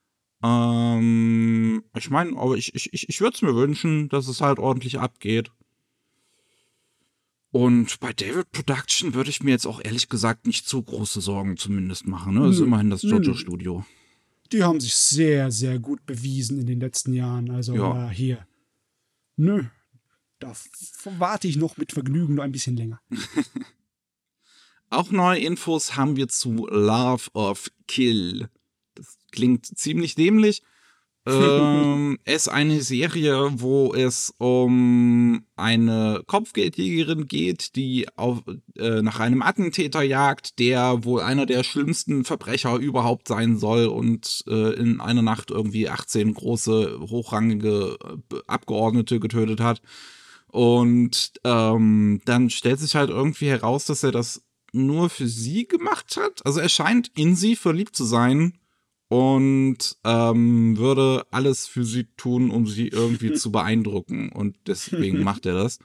Ähm, ich meine, aber ich, ich, ich, ich würde es mir wünschen, dass es halt ordentlich abgeht. Und bei David Production würde ich mir jetzt auch ehrlich gesagt nicht so große Sorgen zumindest machen. Ne? Das ist Nö, immerhin das nö, nö. JoJo-Studio. Die haben sich sehr, sehr gut bewiesen in den letzten Jahren. Also Ja. ja, hier. Nö, da f- warte ich noch mit Vergnügen noch ein bisschen länger. Auch neue Infos haben wir zu Love of Kill. Das klingt ziemlich dämlich. ähm, es ist eine Serie, wo es um eine Kopfgeldjägerin geht, die auf, äh, nach einem Attentäter jagt, der wohl einer der schlimmsten Verbrecher überhaupt sein soll und äh, in einer Nacht irgendwie achtzehn große, hochrangige äh, Abgeordnete getötet hat. Und ähm, dann stellt sich halt irgendwie heraus, dass er das nur für sie gemacht hat. Also er scheint in sie verliebt zu sein und ähm, würde alles für sie tun, um sie irgendwie zu beeindrucken. Und deswegen macht er das.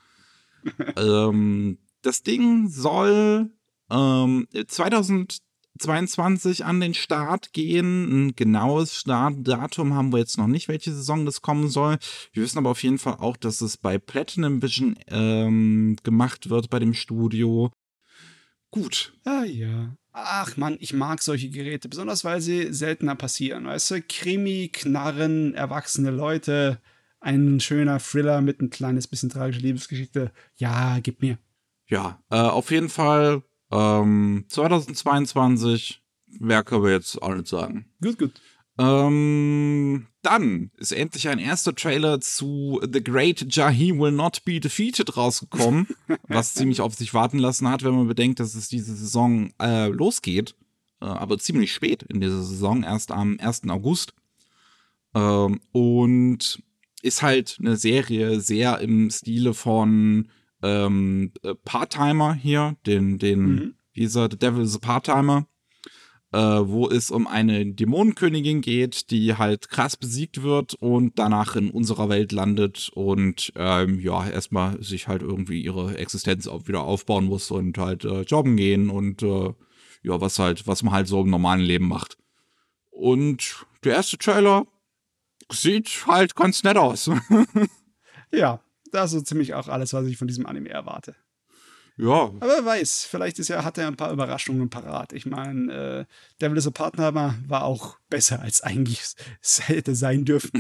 ähm, das Ding soll ähm, zweitausendzweiundzwanzig an den Start gehen. Ein genaues Startdatum haben wir jetzt noch nicht, welche Saison das kommen soll. Wir wissen aber auf jeden Fall auch, dass es bei Platinum Vision ähm, gemacht wird bei dem Studio. Gut. Ah ja. Ach Mann, ich mag solche Geräte, besonders weil sie seltener passieren. Weißt du, Krimi, Knarren, erwachsene Leute, ein schöner Thriller mit ein kleines bisschen tragische Liebesgeschichte. Ja, gib mir. Ja, äh, auf jeden Fall ähm, zweitausendzweiundzwanzig, mehr können wir jetzt auch nicht sagen. Gut, gut. Ähm, dann ist endlich ein erster Trailer zu The Great Jahi Will Not Be Defeated rausgekommen, was ziemlich auf sich warten lassen hat, wenn man bedenkt, dass es diese Saison äh, losgeht, äh, aber ziemlich spät in dieser Saison, erst am ersten August. Ähm, und ist halt eine Serie sehr im Stile von ähm, äh, Part-Timer hier, den, den, Mhm. wie ist er, The Devil is a Part-Timer. Äh, wo es um eine Dämonenkönigin geht, die halt krass besiegt wird und danach in unserer Welt landet und ähm, ja, erstmal sich halt irgendwie ihre Existenz auch wieder aufbauen muss und halt äh, joggen gehen und äh, ja, was halt, was man halt so im normalen Leben macht. Und der erste Trailer sieht halt ganz nett aus. Ja, das ist so ziemlich auch alles, was ich von diesem Anime erwarte. Ja, Aber wer weiß, vielleicht ist er, hat er ein paar Überraschungen parat. Ich meine, äh, Devil is a Partner war auch besser, als eigentlich es hätte sein dürfen.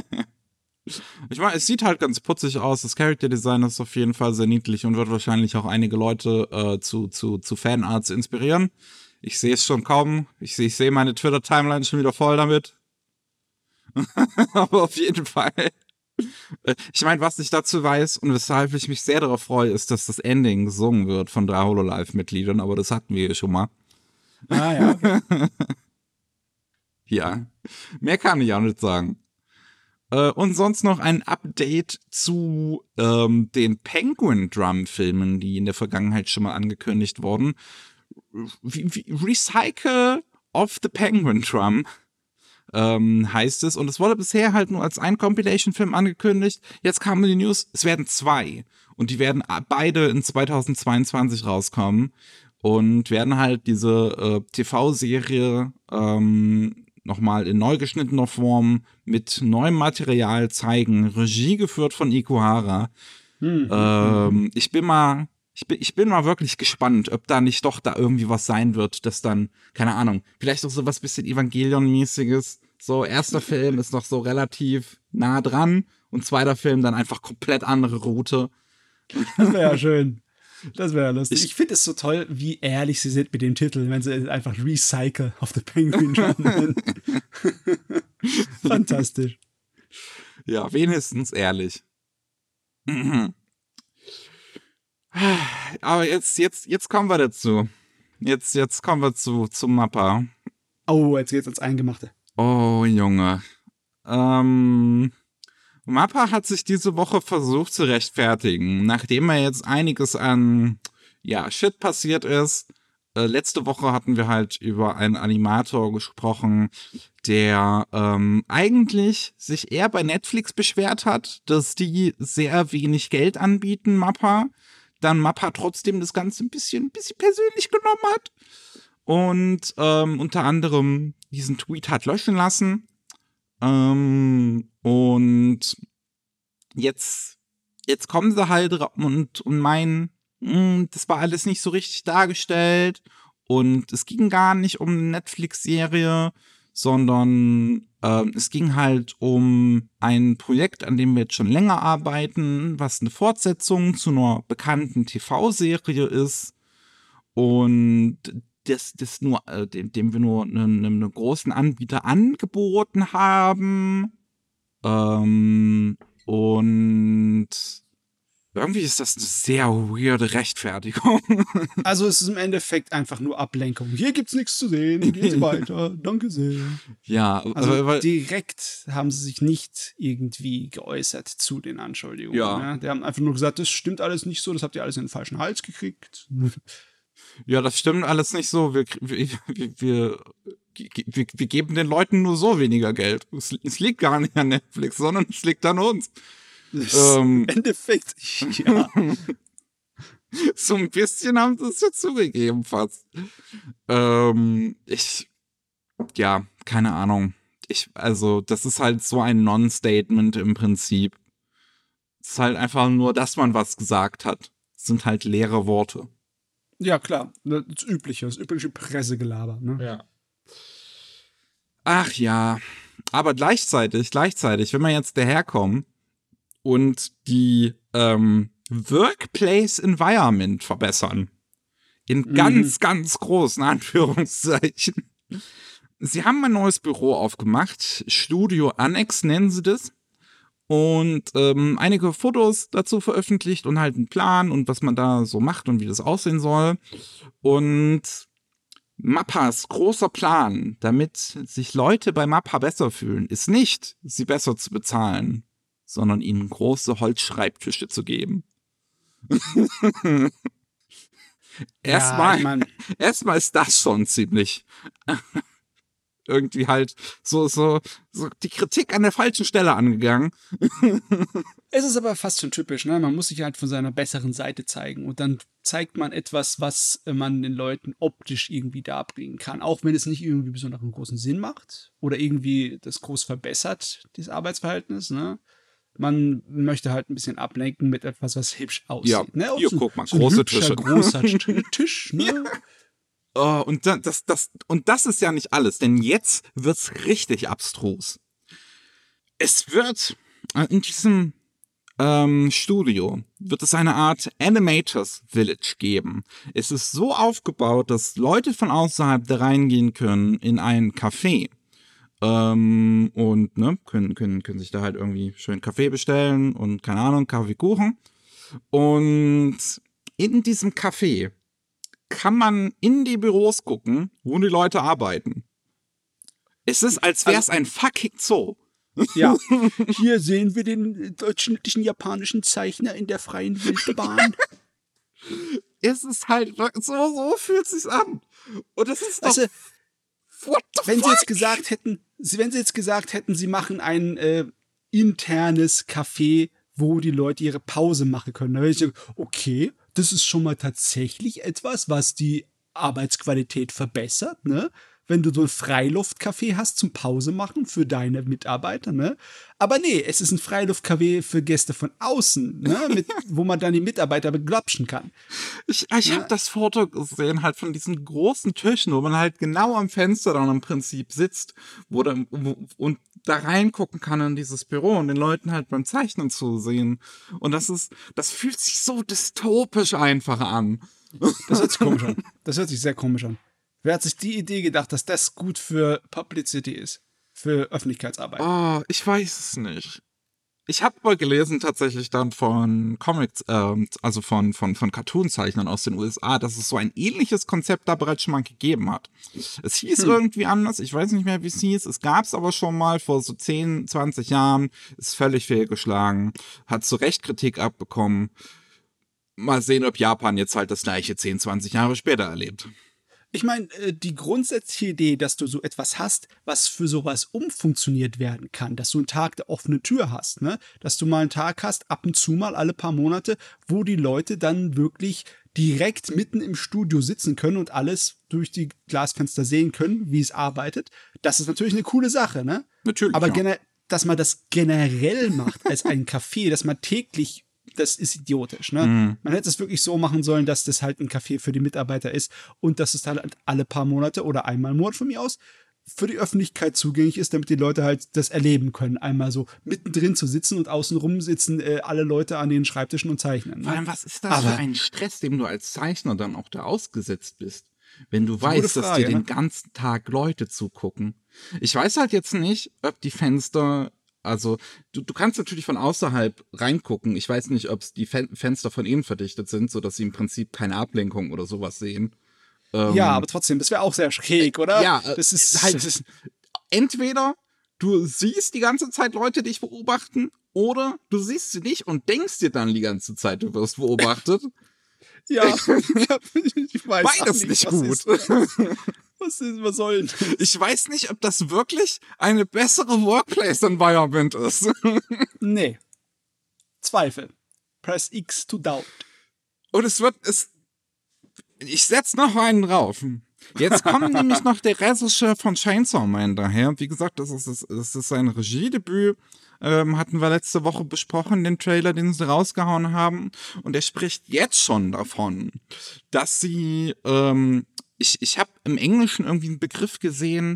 ich meine, es sieht halt ganz putzig aus. Das Character Design ist auf jeden Fall sehr niedlich und wird wahrscheinlich auch einige Leute äh, zu, zu, zu Fanarts inspirieren. Ich sehe es schon kaum. Ich sehe ich seh meine Twitter-Timeline schon wieder voll damit. Aber auf jeden Fall. Ich meine, was ich dazu weiß und weshalb ich mich sehr darauf freue, ist, dass das Ending gesungen wird von drei Hololive-Mitgliedern, aber das hatten wir ja schon mal. Ah ja, okay. Ja, mehr kann ich auch nicht sagen. Äh, und sonst noch ein Update zu ähm, den Penguin-Drum-Filmen, die in der Vergangenheit schon mal angekündigt wurden. Wie, wie, Recycle of the Penguin Drum. Ähm, heißt es. Und es wurde bisher halt nur als ein Compilation-Film angekündigt. Jetzt kam die News, es werden zwei. Und die werden beide in zweitausendzweiundzwanzig rauskommen. Und werden halt diese äh, T V-Serie ähm, nochmal in neu geschnittener Form mit neuem Material zeigen. Regie geführt von Ikuhara. Mhm. Ähm, ich bin mal, ich bin, ich bin mal wirklich gespannt, ob da nicht doch da irgendwie was sein wird, das dann, keine Ahnung, vielleicht auch so was bisschen Evangelion-mäßiges. So, erster Film ist noch so relativ nah dran und zweiter Film dann einfach komplett andere Route. Das wäre ja schön. Das wäre ja lustig. Ich, ich finde es so toll, wie ehrlich sie sind mit dem Titel, wenn sie einfach Recycle of the Penguin nennen. Fantastisch. Ja, wenigstens ehrlich. Aber jetzt, jetzt, jetzt kommen wir dazu. Jetzt, jetzt kommen wir zu, zu Mappa. Oh, jetzt geht's ans Eingemachte. Oh, Junge. Ähm, Mappa hat sich diese Woche versucht zu rechtfertigen, nachdem er jetzt einiges an, ja, Shit passiert ist. Äh, letzte Woche hatten wir halt über einen Animator gesprochen, der ähm, eigentlich sich eher bei Netflix beschwert hat, dass die sehr wenig Geld anbieten, Mappa. Dann Mappa trotzdem das Ganze ein bisschen, ein bisschen persönlich genommen hat. Und ähm, unter anderem diesen Tweet hat löschen lassen. Ähm, und jetzt, jetzt kommen sie halt und, und meinen, mh, das war alles nicht so richtig dargestellt. Und es ging gar nicht um eine Netflix-Serie, sondern äh, es ging halt um ein Projekt, an dem wir jetzt schon länger arbeiten, was eine Fortsetzung zu einer bekannten T V-Serie ist. Und das, das nur, äh, dem, dem wir nur einen, einen großen Anbieter angeboten haben. Ähm, und irgendwie ist das eine sehr weirde Rechtfertigung. Also es ist im Endeffekt einfach nur Ablenkung. Hier gibt's nichts zu sehen, geht's weiter. Danke sehr. Ja, also weil, direkt haben sie sich nicht irgendwie geäußert zu den Anschuldigungen. Ja. Ne? Die haben einfach nur gesagt, das stimmt alles nicht so, das habt ihr alles in den falschen Hals gekriegt. Ja, das stimmt alles nicht so. Wir, wir, wir, wir, wir, wir geben den Leuten nur so weniger Geld. Es, es liegt gar nicht an Netflix, sondern es liegt an uns. Ähm, Im Endeffekt, ja. So ein bisschen haben sie es ja zugegeben fast. Ähm, ich, ja, keine Ahnung. Ich, also, das ist halt so ein Non-Statement im Prinzip. Es ist halt einfach nur, dass man was gesagt hat. Es sind halt leere Worte. Ja, klar. Das übliche, das übliche Pressegelaber, ne? Ja. Ach ja. Aber gleichzeitig, gleichzeitig, wenn wir jetzt daherkommen und die ähm, Workplace Environment verbessern. In mhm. ganz, ganz großen Anführungszeichen. Sie haben ein neues Büro aufgemacht. Studio Annex nennen sie das. Und ähm, einige Fotos dazu veröffentlicht und halt einen Plan und was man da so macht und wie das aussehen soll. Und Mappas großer Plan, damit sich Leute bei Mappa besser fühlen, ist nicht, sie besser zu bezahlen, sondern ihnen große Holzschreibtische zu geben. Erstmal, ja, ich mein, erstmal ist das schon ziemlich irgendwie halt so, so, so die Kritik an der falschen Stelle angegangen. Es ist aber fast schon typisch, ne? Man muss sich halt von seiner besseren Seite zeigen und dann zeigt man etwas, was man den Leuten optisch irgendwie darbringen kann, auch wenn es nicht irgendwie besonderen großen Sinn macht oder irgendwie das groß verbessert, dieses Arbeitsverhältnis, ne? Man möchte halt ein bisschen ablenken mit etwas, was hübsch aussieht. Ja, ne? hier, so, guck mal, so große ein hübscher, Tische. großer Tisch, ne? Ja. Oh, und das, das, und das ist ja nicht alles, denn jetzt wird's richtig abstrus. Es wird in diesem ähm, Studio wird es eine Art Animators Village geben. Es ist so aufgebaut, dass Leute von außerhalb da reingehen können in ein Café. Ähm, und ne, können, können, können sich da halt irgendwie schön Kaffee bestellen und keine Ahnung, Kaffee, Kuchen. Und in diesem Café kann man in die Büros gucken, wo die Leute arbeiten. Es ist, als wäre es ein fucking Zoo. Ja, hier sehen wir den durchschnittlichen japanischen Zeichner in der freien Wildbahn. Es ist halt, so, so fühlt es sich an. Und das ist doch, also, what the wenn fuck? sie jetzt gesagt hätten, wenn sie jetzt gesagt hätten, sie machen ein äh, internes Café, wo die Leute ihre Pause machen können, dann hätte ich gesagt, okay, das ist schon mal tatsächlich etwas, was die Arbeitsqualität verbessert, ne? wenn du so ein Freiluftcafé hast zum Pause machen für deine Mitarbeiter, ne? Aber nee, es ist ein Freiluftcafé für Gäste von außen, ne? Mit, wo man dann die Mitarbeiter beglopschen kann. Ich, ich Ja. habe das Foto gesehen, halt von diesen großen Tischen, wo man halt genau am Fenster dann im Prinzip sitzt, wo dann, wo, und da reingucken kann in dieses Büro und den Leuten halt beim Zeichnen zusehen. Und das ist, das fühlt sich so dystopisch einfach an. Das hört sich komisch an. Das hört sich sehr komisch an. Wer hat sich die Idee gedacht, dass das gut für Publicity ist? Für Öffentlichkeitsarbeit? Oh, ich weiß es nicht. Ich habe mal gelesen tatsächlich dann von Comics, ähm, also von, von, von Cartoon-Zeichnern aus den U S A, dass es so ein ähnliches Konzept da bereits schon mal gegeben hat. Es hieß hm. irgendwie anders, ich weiß nicht mehr, wie es hieß. Es gab es aber schon mal vor so zehn, zwanzig Jahren, ist völlig fehlgeschlagen, hat zu Recht Kritik abbekommen. Mal sehen, ob Japan jetzt halt das gleiche zehn, zwanzig Jahre später erlebt. Ich meine, die grundsätzliche Idee, dass du so etwas hast, was für sowas umfunktioniert werden kann, dass du einen Tag der offenen Tür hast, ne? Dass du mal einen Tag hast, ab und zu mal alle paar Monate, wo die Leute dann wirklich direkt mitten im Studio sitzen können und alles durch die Glasfenster sehen können, wie es arbeitet. Das ist natürlich eine coole Sache, ne? Natürlich. Aber ja. gener- dass man das generell macht als ein Café, dass man täglich, das ist idiotisch, ne? Mhm. Man hätte es wirklich so machen sollen, dass das halt ein Café für die Mitarbeiter ist und dass es dann halt alle paar Monate oder einmal im Monat von mir aus für die Öffentlichkeit zugänglich ist, damit die Leute halt das erleben können, einmal so mittendrin zu sitzen und außenrum sitzen äh, alle Leute an den Schreibtischen und zeichnen. Ne? Vor allem, was ist das Aber für ein Stress, dem du als Zeichner dann auch da ausgesetzt bist? Wenn du Gute weißt, dass Frage, dir den ne? ganzen Tag Leute zugucken. Ich weiß halt jetzt nicht, ob die Fenster, also du, du kannst natürlich von außerhalb reingucken. Ich weiß nicht, ob die Fen- Fenster von innen verdichtet sind, sodass sie im Prinzip keine Ablenkung oder sowas sehen. Ähm, ja, aber trotzdem, das wäre auch sehr schräg, oder? Ja, äh, das ist halt- das ist, Entweder du siehst die ganze Zeit Leute dich beobachten oder du siehst sie nicht und denkst dir dann die ganze Zeit, du wirst beobachtet. ja, ich weiß auch Beides nicht was gut. Ist, was, ist, was soll denn? Ich weiß nicht, ob das wirklich eine bessere Workplace-Environment ist. Nee. Zweifel. Press X to doubt. Und es wird, es, ich setz noch einen drauf. Jetzt kommt nämlich noch der Regisseur von Chainsaw Man daher. Wie gesagt, das ist, das ist sein Regiedebüt. Ähm, hatten wir letzte Woche besprochen, den Trailer, den sie rausgehauen haben. Und er spricht jetzt schon davon, dass sie, ähm, ich, ich habe im Englischen irgendwie einen Begriff gesehen,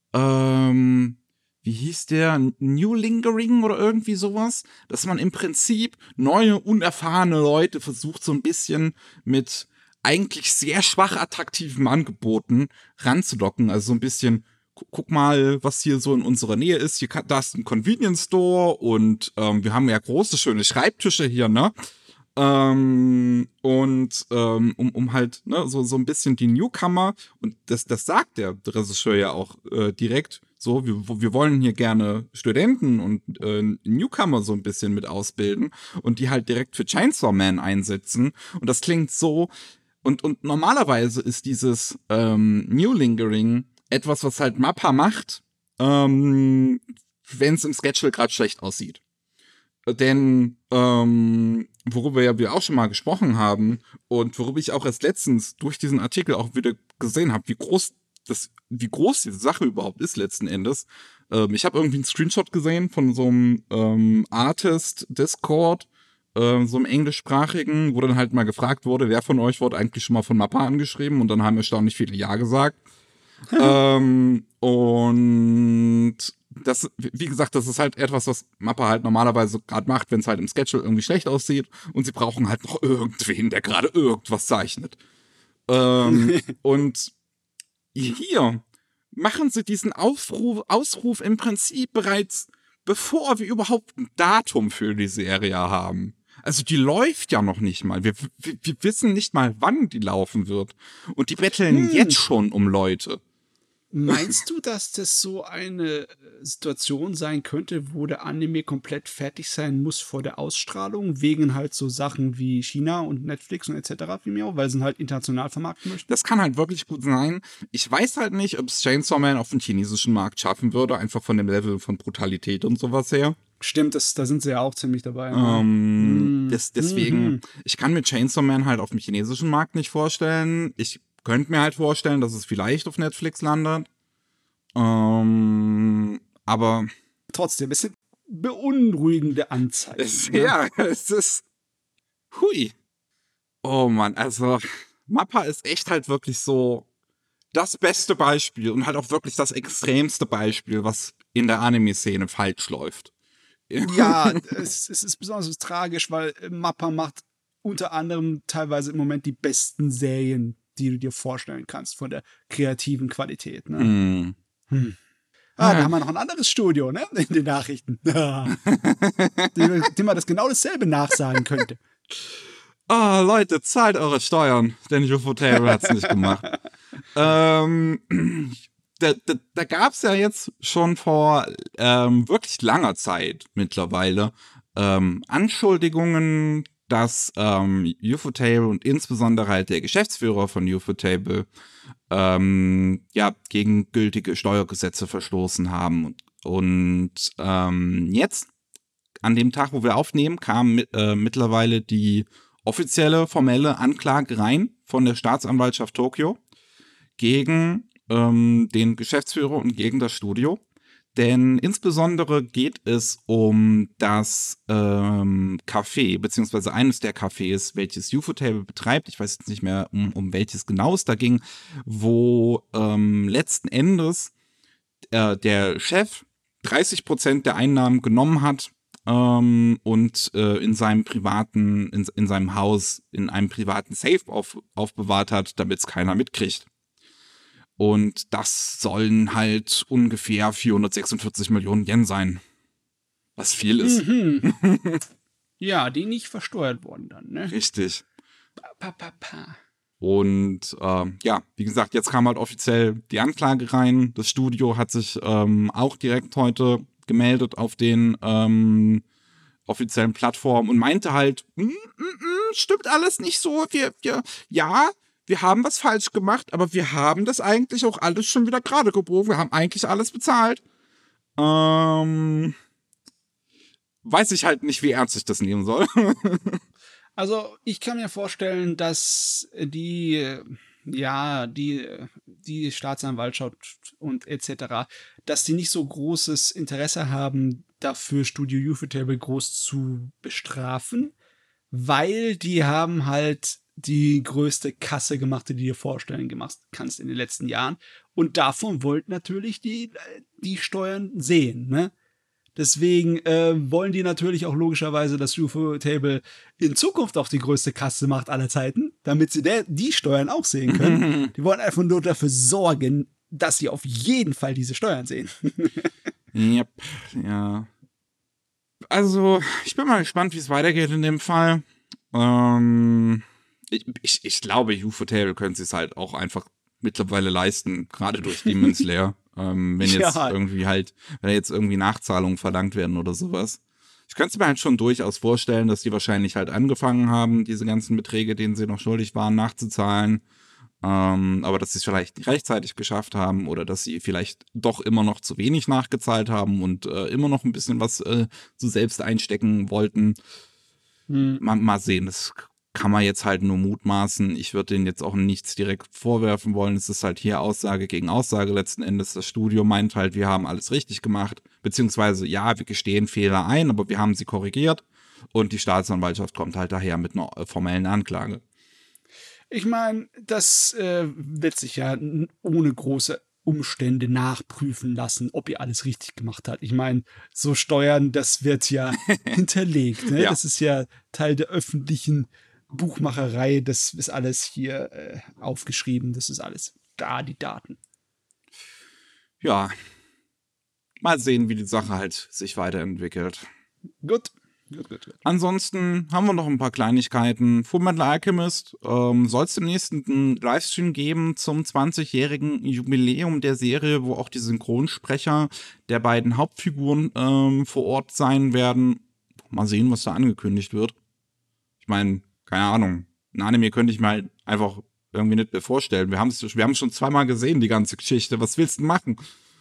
ähm, wie hieß der? New Lingering oder irgendwie sowas? Dass man im Prinzip neue, unerfahrene Leute versucht, so ein bisschen mit eigentlich sehr schwach attraktiven Angeboten ranzudocken. Also so ein bisschen, gu- guck mal, was hier so in unserer Nähe ist. Hier kann, da ist ein Convenience Store und ähm, wir haben ja große, schöne Schreibtische hier, ne? Ähm, und ähm, um, um halt ne, so, so ein bisschen die Newcomer, und das, das sagt der Regisseur ja auch äh, direkt, so, wir, wir wollen hier gerne Studenten und äh, Newcomer so ein bisschen mit ausbilden und die halt direkt für Chainsaw Man einsetzen. Und das klingt so, und, und normalerweise ist dieses ähm, New Lingering etwas, was halt Mappa macht, ähm, wenn es im Schedule gerade schlecht aussieht. Denn ähm, worüber ja wir auch schon mal gesprochen haben und worüber ich auch erst letztens durch diesen Artikel auch wieder gesehen habe, wie groß das, wie groß diese Sache überhaupt ist letzten Endes. Ähm, ich habe irgendwie einen Screenshot gesehen von so einem ähm, Artist-Discord, äh, so einem englischsprachigen, wo dann halt mal gefragt wurde, wer von euch wurde eigentlich schon mal von Mappa angeschrieben, und dann haben erstaunlich viele Ja gesagt. ähm, und das, wie gesagt, das ist halt etwas, was Mappa halt normalerweise gerade macht, wenn es halt im Schedule irgendwie schlecht aussieht und sie brauchen halt noch irgendwen, der gerade irgendwas zeichnet. Ähm, und hier machen sie diesen Aufruf, Ausruf im Prinzip bereits, bevor wir überhaupt ein Datum für die Serie haben. Also die läuft ja noch nicht mal. Wir, wir, wir wissen nicht mal, wann die laufen wird. Und die betteln Hm. jetzt schon um Leute. Meinst du, dass das so eine äh, Situation sein könnte, wo der Anime komplett fertig sein muss vor der Ausstrahlung, wegen halt so Sachen wie China und Netflix und et cetera, Vimeo, weil sie ihn halt international vermarkten möchten? Das kann halt wirklich gut sein. Ich weiß halt nicht, ob es Chainsaw Man auf den chinesischen Markt schaffen würde, einfach von dem Level von Brutalität und sowas her. Stimmt, das, da sind sie ja auch ziemlich dabei. Ne? Ähm, Mm. des, deswegen, Mhm. ich kann mir Chainsaw Man halt auf dem chinesischen Markt nicht vorstellen. Ich könnte mir halt vorstellen, dass es vielleicht auf Netflix landet. Ähm, aber Trotzdem, es sind beunruhigende Anzeichen. es, ne? ja, es ist. Hui. Oh Mann, also Mappa ist echt halt wirklich so das beste Beispiel und halt auch wirklich das extremste Beispiel, was in der Anime-Szene falsch läuft. Ja, es, es ist besonders tragisch, weil Mappa macht unter anderem teilweise im Moment die besten Serien, die du dir vorstellen kannst, von der kreativen Qualität. Ne? Hm. Hm. Ah, da haben wir noch ein anderes Studio, ne? In den Nachrichten. dem, dem man das genau dasselbe nachsagen könnte. Oh, Leute, zahlt eure Steuern, denn U F O Table hat's nicht gemacht. ähm, da da, da gab es ja jetzt schon vor ähm, wirklich langer Zeit mittlerweile ähm, Anschuldigungen, dass ähm, Ufotable und insbesondere halt der Geschäftsführer von Ufotable ähm, ja, gegen gültige Steuergesetze verstoßen haben. Und, und ähm, jetzt, an dem Tag, wo wir aufnehmen, kam mit, äh, mittlerweile die offizielle, formelle Anklage rein von der Staatsanwaltschaft Tokio gegen ähm, den Geschäftsführer und gegen das Studio. Denn insbesondere geht es um das ähm, Café, beziehungsweise eines der Cafés, welches Ufotable betreibt. Ich weiß jetzt nicht mehr, um, um welches genau es da ging, wo ähm, letzten Endes äh, der Chef dreißig Prozent der Einnahmen genommen hat ähm, und äh, in seinem privaten, in, in seinem Haus, in einem privaten Safe auf, aufbewahrt hat, damit es keiner mitkriegt. Und das sollen halt ungefähr vierhundertsechsundvierzig Millionen Yen sein. Was viel ist. Mhm. Ja, die nicht versteuert wurden dann, ne? Richtig. Pa, pa, pa. Und ähm, ja, wie gesagt, jetzt kam halt offiziell die Anklage rein. Das Studio hat sich ähm, auch direkt heute gemeldet auf den ähm, offiziellen Plattformen und meinte halt, mm, mm, mm, stimmt alles nicht so. Wir, wir, ja, wir haben was falsch gemacht, aber wir haben das eigentlich auch alles schon wieder gerade gebogen. Wir haben eigentlich alles bezahlt. Ähm, weiß ich halt nicht, wie ernst ich das nehmen soll. Also, ich kann mir vorstellen, dass die, ja, die, die Staatsanwaltschaft und et cetera, dass die nicht so großes Interesse haben, dafür Studio Ufotable groß zu bestrafen, weil die haben halt die größte Kasse gemacht, die du dir vorstellen gemacht kannst in den letzten Jahren. Und davon wollten natürlich die, die Steuern sehen, ne? Deswegen äh, wollen die natürlich auch logischerweise, dass Ufotable in Zukunft auch die größte Kasse macht aller Zeiten, damit sie der, die Steuern auch sehen können. Die wollen einfach nur dafür sorgen, dass sie auf jeden Fall diese Steuern sehen. Yep, ja. Also, ich bin mal gespannt, wie es weitergeht in dem Fall. Ähm, ich, ich, ich glaube, Ufotable können sie es halt auch einfach mittlerweile leisten, gerade durch Demon Slayer. ähm, wenn jetzt Ja. irgendwie halt, wenn jetzt irgendwie Nachzahlungen verlangt werden oder sowas. Ich könnte es mir halt schon durchaus vorstellen, dass die wahrscheinlich halt angefangen haben, diese ganzen Beträge, denen sie noch schuldig waren, nachzuzahlen. Ähm, aber dass sie es vielleicht nicht rechtzeitig geschafft haben oder dass sie vielleicht doch immer noch zu wenig nachgezahlt haben und äh, immer noch ein bisschen was äh, zu selbst einstecken wollten. Hm. Mal, mal sehen, das kann man jetzt halt nur mutmaßen. Ich würde denen jetzt auch nichts direkt vorwerfen wollen. Es ist halt hier Aussage gegen Aussage letzten Endes. Das Studio meint halt, wir haben alles richtig gemacht. Beziehungsweise, ja, wir gestehen Fehler ein, aber wir haben sie korrigiert. Und die Staatsanwaltschaft kommt halt daher mit einer formellen Anklage. Ich meine, das äh, wird sich ja n- ohne große Umstände nachprüfen lassen, ob ihr alles richtig gemacht habt. Ich meine, so Steuern, das wird ja hinterlegt. Ne? Ja. Das ist ja Teil der öffentlichen Buchmacherei. Das ist alles hier äh, aufgeschrieben. Das ist alles da, die Daten. Ja, mal sehen, wie die Sache halt sich weiterentwickelt. Gut. Gut, gut, gut. Ansonsten haben wir noch ein paar Kleinigkeiten. Fullmetal Alchemist ähm, soll es demnächst einen Livestream geben zum zwanzigjährigen Jubiläum der Serie, wo auch die Synchronsprecher der beiden Hauptfiguren ähm, vor Ort sein werden. Mal sehen, was da angekündigt wird. Ich meine, keine Ahnung. Ein Anime könnte ich mir halt einfach irgendwie nicht mehr vorstellen. Wir haben es wir haben's schon zweimal gesehen, die ganze Geschichte. Was willst du denn machen?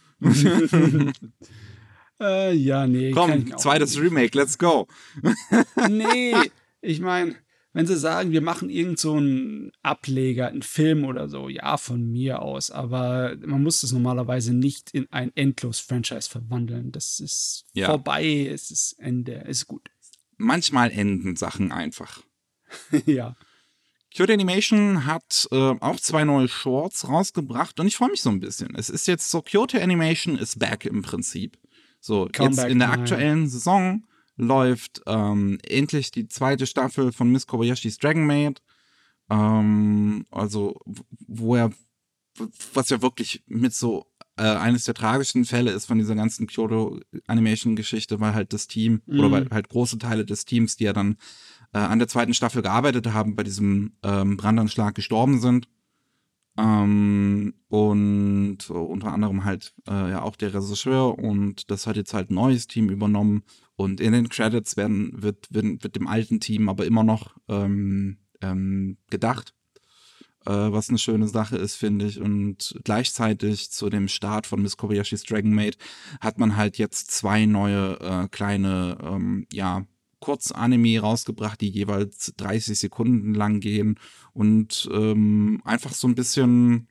Äh, ja, nee. kann ich Komm, mir auch zweites nicht. Remake, let's go. Nee, ich meine, wenn sie sagen, wir machen irgend so einen Ableger, einen Film oder so, ja, von mir aus, aber man muss das normalerweise nicht in ein Endlos-Franchise verwandeln. Das ist Ja. vorbei, es ist Ende, es ist gut. Manchmal enden Sachen einfach. Ja. Kyoto Animation hat äh, auch zwei neue Shorts rausgebracht und ich freue mich so ein bisschen. Es ist jetzt so, Kyoto Animation is back im Prinzip. So, Comeback jetzt in der time. aktuellen Saison läuft ähm, endlich die zweite Staffel von Miss Kobayashis Dragon Maid. Ähm, also, wo er, was ja wirklich mit so äh, eines der tragischen Fälle ist von dieser ganzen Kyoto Animation Geschichte, weil halt das Team, Mhm. oder weil halt große Teile des Teams, die ja dann äh, an der zweiten Staffel gearbeitet haben, bei diesem ähm, Brandanschlag gestorben sind. Ähm, und äh, unter anderem halt äh, ja auch der Regisseur, und das hat jetzt halt ein neues Team übernommen, und in den Credits werden, wird, wird, wird dem alten Team aber immer noch ähm, ähm, gedacht, äh, was eine schöne Sache ist, finde ich. Und gleichzeitig zu dem Start von Miss Kobayashis Dragon Maid hat man halt jetzt zwei neue äh, kleine ähm, ja Kurzanime rausgebracht, die jeweils dreißig Sekunden lang gehen und ähm, einfach so ein bisschen,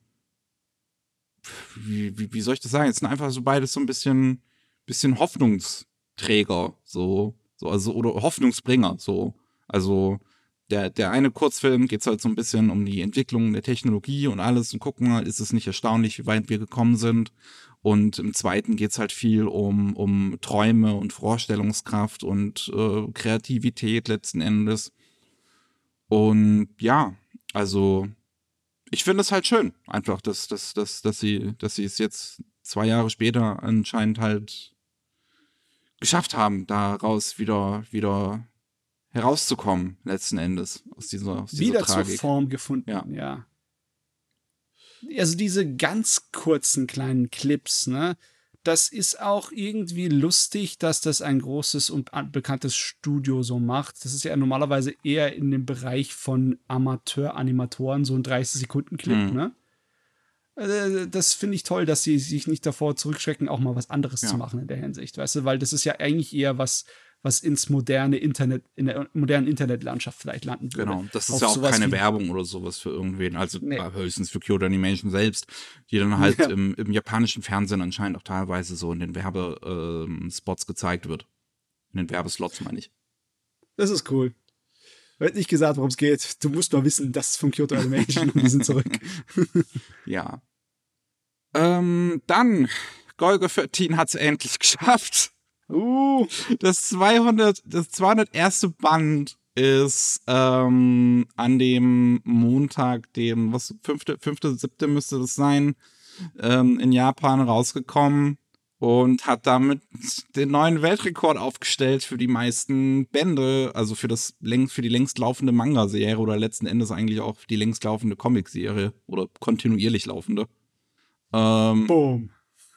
wie, wie, wie soll ich das sagen? Jetzt sind einfach so beides so ein bisschen, bisschen Hoffnungsträger, so, so, also, oder Hoffnungsbringer, so. Also, der, der eine Kurzfilm geht halt so ein bisschen um die Entwicklung der Technologie und alles und gucken mal, ist es nicht erstaunlich, wie weit wir gekommen sind. Und im zweiten geht's halt viel um, um Träume und Vorstellungskraft und äh, Kreativität letzten Endes. Und ja, also ich finde es halt schön, einfach, dass, dass, dass, dass sie, dass sie es jetzt zwei Jahre später anscheinend halt geschafft haben, daraus wieder, wieder herauszukommen, letzten Endes, aus dieser, aus dieser Wieder zur Tragik. Form gefunden, Ja. ja. Also diese ganz kurzen kleinen Clips, ne? Das ist auch irgendwie lustig, dass das ein großes und bekanntes Studio so macht. Das ist ja normalerweise eher in dem Bereich von Amateur-Animatoren, so ein dreißig-Sekunden-Clip, Mhm. ne? Also, das finde ich toll, dass sie sich nicht davor zurückschrecken, auch mal was anderes Ja. zu machen in der Hinsicht, weißt du? Weil das ist ja eigentlich eher was, was ins moderne Internet, in der modernen Internetlandschaft vielleicht landen würde. Genau, das ist Auf ja auch sowas keine wie- Werbung oder sowas für irgendwen, also Nee. äh, höchstens für Kyoto Animation selbst, die dann halt Ja. im, im japanischen Fernsehen anscheinend auch teilweise so in den Werbespots gezeigt wird. In den Werbeslots, meine ich. Das ist cool. Wird nicht gesagt, worum es geht. Du musst nur wissen, das ist von Kyoto Animation und die sind zurück. Ja. Ähm, dann, Golgo vierzehn hat es endlich geschafft. Uh, Das zweihundert, das zweihunderterste Band ist ähm, an dem Montag, dem, was, fünfte, fünfte, siebte müsste das sein, ähm, in Japan rausgekommen und hat damit den neuen Weltrekord aufgestellt für die meisten Bände, also für das längst, für die längst laufende Manga-Serie oder letzten Endes eigentlich auch die längst laufende Comic-Serie oder kontinuierlich laufende. Ähm, boom.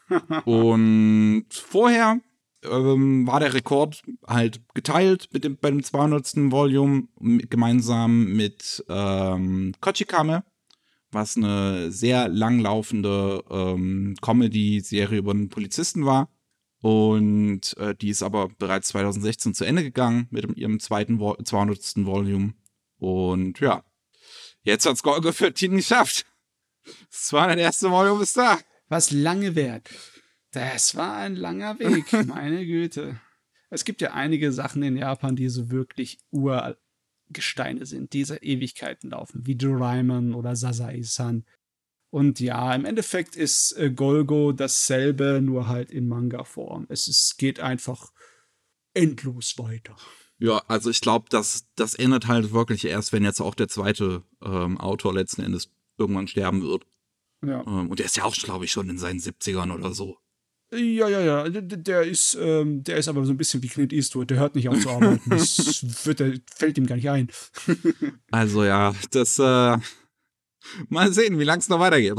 und vorher ähm, war der Rekord halt geteilt mit dem, bei dem zweihundertsten Volume m- gemeinsam mit ähm, Kochikame, was eine sehr langlaufende ähm, Comedy-Serie über einen Polizisten war. Und äh, die ist aber bereits zweitausendsechzehn zu Ende gegangen mit dem- ihrem zweiten Vo zweihundertsten Volume. Und ja, jetzt hat's Golgo vierzehn geschafft. Das zweihunderterste Volume ist da. Was lange währt. Das war ein langer Weg, meine Güte. Es gibt ja einige Sachen in Japan, die so wirklich Urgesteine sind, die seit Ewigkeiten laufen, wie Doraemon oder Sasai-san. Und ja, im Endeffekt ist äh, Golgo dasselbe, nur halt in Manga-Form. Es ist, geht einfach endlos weiter. Ja, also ich glaube, das, das endet halt wirklich erst, wenn jetzt auch der zweite ähm, Autor letzten Endes irgendwann sterben wird. Ja. Ähm, und der ist ja auch, glaube ich, schon in seinen siebzigern oder so. Ja, ja, ja. Der, der ist, ähm, der ist aber so ein bisschen wie Clint Eastwood. Der hört nicht auf zu arbeiten. Das wird, der, fällt ihm gar nicht ein. Also ja, das, äh, mal sehen, wie lang es noch weitergeht.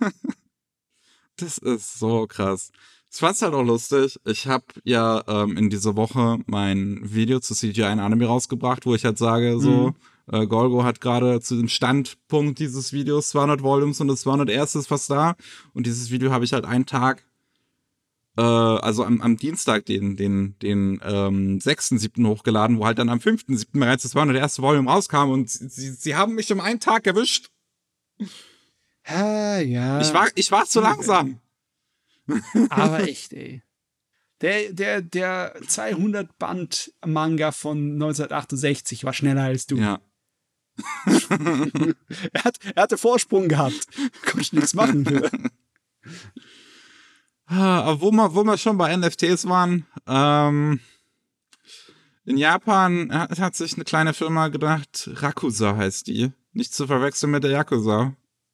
Das ist so krass. Ich fand's halt auch lustig. Ich habe ja ähm, in dieser Woche mein Video zu C G I in Anime rausgebracht, wo ich halt sage, so, Mhm. äh, Golgo hat gerade zu dem Standpunkt dieses Videos zweihundert Volumes und das zweihunderterste ist fast da. Und dieses Video habe ich halt einen Tag äh, also am, am Dienstag den, den, den ähm, sechsten siebten hochgeladen, wo halt dann am fünften siebten bereits das war und der erste Volume rauskam und sie, sie haben mich um einen Tag erwischt. Ja, ja. Ich war, ich war zu langsam. Aber echt, ey. Der, der, der zweihundert Band Manga von neunzehnhundertachtundsechzig war schneller als du. Ja. er, hat, er hatte Vorsprung gehabt. Konnte nichts machen. Aber wo wir, wo wir schon bei N F Ts waren, ähm, in Japan hat, hat sich eine kleine Firma gedacht, Rakusa heißt die. Nicht zu verwechseln mit der Yakuza.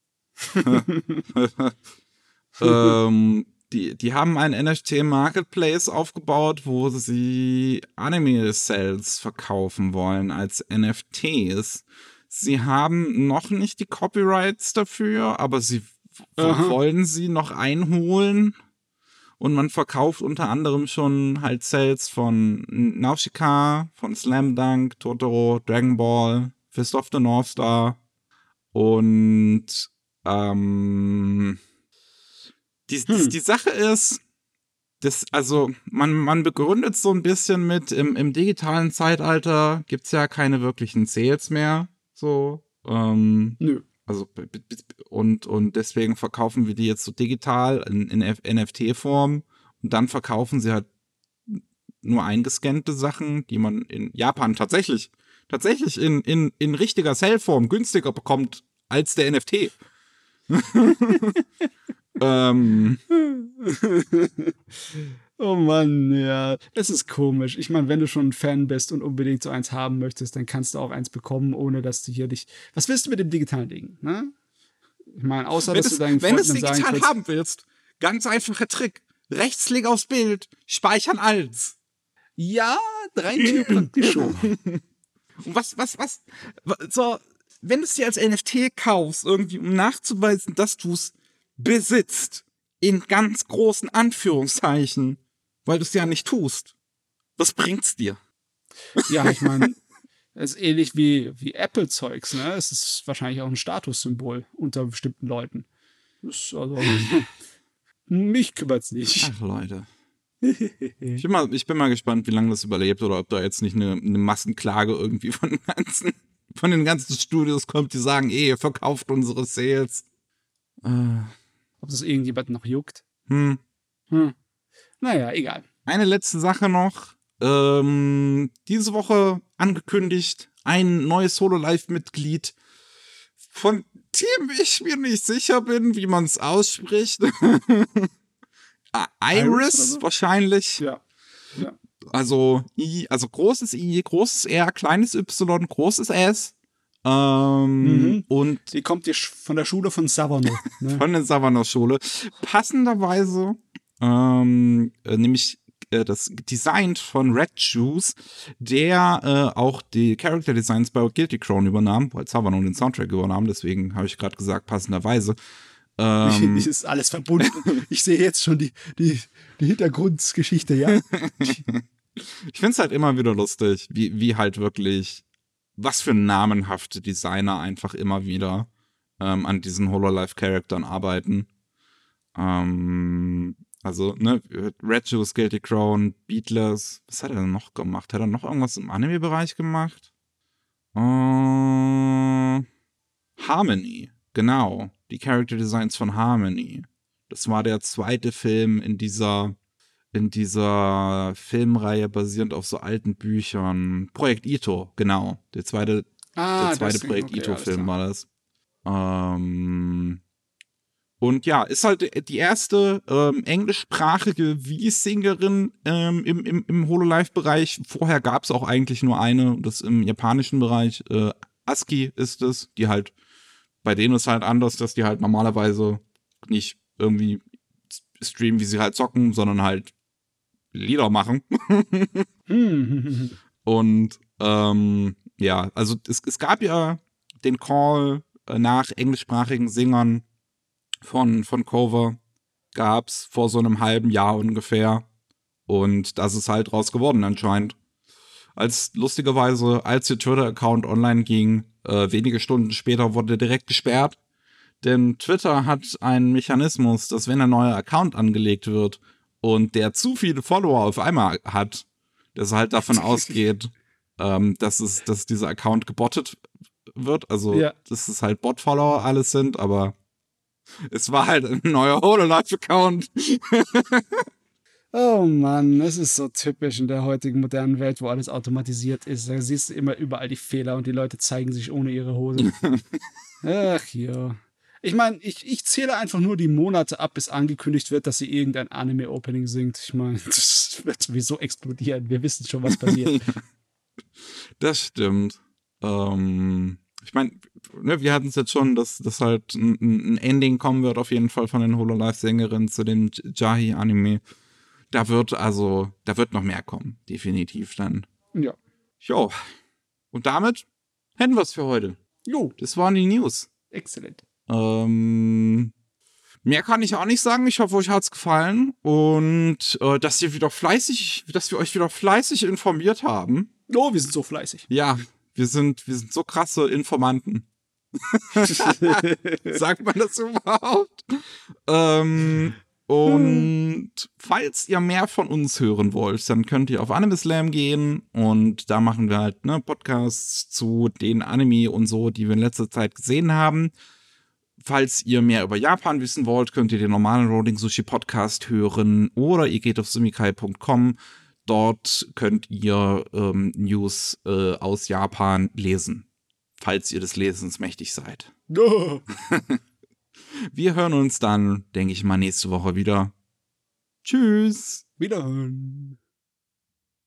ähm, die, die haben einen N F T-Marketplace aufgebaut, wo sie Anime-Cells verkaufen wollen als N F Ts. Sie haben noch nicht die Copyrights dafür, aber sie w- wollen sie noch einholen. Und man verkauft unter anderem schon halt Cells von Nausicaa, von Slam Dunk, Totoro, Dragon Ball, Fist of the North Star und ähm, die, Hm. die, die Sache ist, das, also man, man begründet so ein bisschen mit, im, im digitalen Zeitalter gibt's ja keine wirklichen Sales mehr, so, ähm, Nö. also b- b- b- und, und deswegen verkaufen wir die jetzt so digital in, in F- N F T-Form und dann verkaufen sie halt nur eingescannte Sachen, die man in Japan tatsächlich, tatsächlich in, in, in richtiger Cell-Form günstiger bekommt als der N F T. ähm, Oh Mann, ja. Das ist komisch. Ich meine, wenn du schon ein Fan bist und unbedingt so eins haben möchtest, dann kannst du auch eins bekommen, ohne dass du hier dich. Was willst du mit dem digitalen Ding, ne? Ich meine, außer wenn dass es, du deinen wenn Freunden du es dann sagen digital willst, haben willst, ganz einfacher Trick. Rechtsklick aufs Bild, speichern als. ja, rein theoretisch schon. Und was, was, was, so, wenn du es dir als N F T kaufst, irgendwie, um nachzuweisen, dass du es besitzt, in ganz großen Anführungszeichen, weil du es ja nicht tust, was bringt's dir? Ja, ich meine, es ist ähnlich wie, wie Apple-Zeugs, ne? Es ist wahrscheinlich auch ein Statussymbol unter bestimmten Leuten. Das ist also, mich kümmert's nicht. Ach, Leute. Ich bin mal, ich bin mal gespannt, wie lange das überlebt oder ob da jetzt nicht eine, eine Massenklage irgendwie von den ganzen, von den ganzen Studios kommt, die sagen, ey, ihr verkauft unsere Sales. Äh, Ob das irgendjemand noch juckt? hm. Hm. Naja, egal. Eine letzte Sache noch. Ähm, diese Woche angekündigt, ein neues Hololive-Mitglied, von dem ich mir nicht sicher bin, wie man es ausspricht. Ah, Iris, Iris oder so? wahrscheinlich. Ja. Ja. Also I, also großes I, großes R, kleines Y, großes S. Ähm, Mhm. Und Die kommt dir von der Schule von Savano. Ne? von der Savannah-Schule. Passenderweise, ähm, äh, nämlich äh, das Design von Red Shoes, der äh, auch die Character Designs bei Guilty Crown übernahm, weil Savannah den Soundtrack übernahm, deswegen habe ich gerade gesagt, passenderweise. Ähm, ist alles verbunden. Ich sehe jetzt schon die, die, die Hintergrundgeschichte, ja. ich finde es halt immer wieder lustig, wie, wie halt wirklich, was für namenhafte Designer einfach immer wieder ähm, an diesen Hololive-Charaktern arbeiten. Ähm, also, ne, Red Shoes, Guilty Crown, Beatless, was hat er denn noch gemacht? Hat er noch irgendwas im Anime-Bereich gemacht? Äh, Harmony, genau. Die Character Designs von Harmony. Das war der zweite Film in dieser, in dieser Filmreihe basierend auf so alten Büchern. Projekt Ito, genau. Der zweite, Ah, der zweite deswegen, Projekt okay, Ito-Film alles war das. Ähm, und ja, ist halt die erste ähm, englischsprachige V-Singerin ähm, im, im, im Hololive-Bereich. Vorher gab es auch eigentlich nur eine, das im japanischen Bereich. Äh, ASCII ist es, die halt, bei denen ist halt anders, dass die halt normalerweise nicht irgendwie streamen, wie sie halt zocken, sondern halt Lieder machen. Hm. Und ähm, ja, also es, es gab ja den Call äh, nach englischsprachigen Singern von, von Cover, gab's vor so einem halben Jahr ungefähr. Und das ist halt raus geworden anscheinend. Als lustigerweise, als der Twitter-Account online ging, äh, wenige Stunden später wurde er direkt gesperrt. Denn Twitter hat einen Mechanismus, dass wenn ein neuer Account angelegt wird und der zu viele Follower auf einmal hat, dass er halt davon ausgeht, ähm, dass es, dass dieser Account gebottet wird, also Ja. dass es halt Bot-Follower alles sind, aber es war halt ein neuer Hololive-Account. Oh Mann, es ist so typisch in der heutigen modernen Welt, wo alles automatisiert ist. Da siehst du immer überall die Fehler und die Leute zeigen sich ohne ihre Hose. Ach ja. Ich meine, ich, ich zähle einfach nur die Monate ab, bis angekündigt wird, dass sie irgendein Anime-Opening singt. Ich meine, das wird sowieso explodieren. Wir wissen schon, was passiert. Das stimmt. Ähm, ich meine, ne, wir hatten es jetzt schon, dass, dass halt ein, ein Ending kommen wird, auf jeden Fall von den Hololive-Sängerinnen zu dem Jahi-Anime. Da wird also, da wird noch mehr kommen, definitiv dann. Ja. Jo. Und damit hätten wir es für heute. Jo. Das waren die News. Exzellent. Ähm, mehr kann ich auch nicht sagen. Ich hoffe, euch hat's gefallen und äh, dass ihr wieder fleißig, dass wir euch wieder fleißig informiert haben. Oh, wir sind so fleißig. Ja, wir sind, wir sind so krasse Informanten. Sagt man das überhaupt? Ähm, und falls ihr mehr von uns hören wollt, dann könnt ihr auf Anime Slam gehen und da machen wir halt ne, Podcasts zu den Anime und so, die wir in letzter Zeit gesehen haben. Falls ihr mehr über Japan wissen wollt, könnt ihr den normalen Rolling Sushi Podcast hören oder ihr geht auf sumikai punkt com. Dort könnt ihr ähm, News äh, aus Japan lesen, falls ihr des Lesens mächtig seid. Oh. Wir hören uns dann, denke ich mal, nächste Woche wieder. Tschüss. Wiederhören.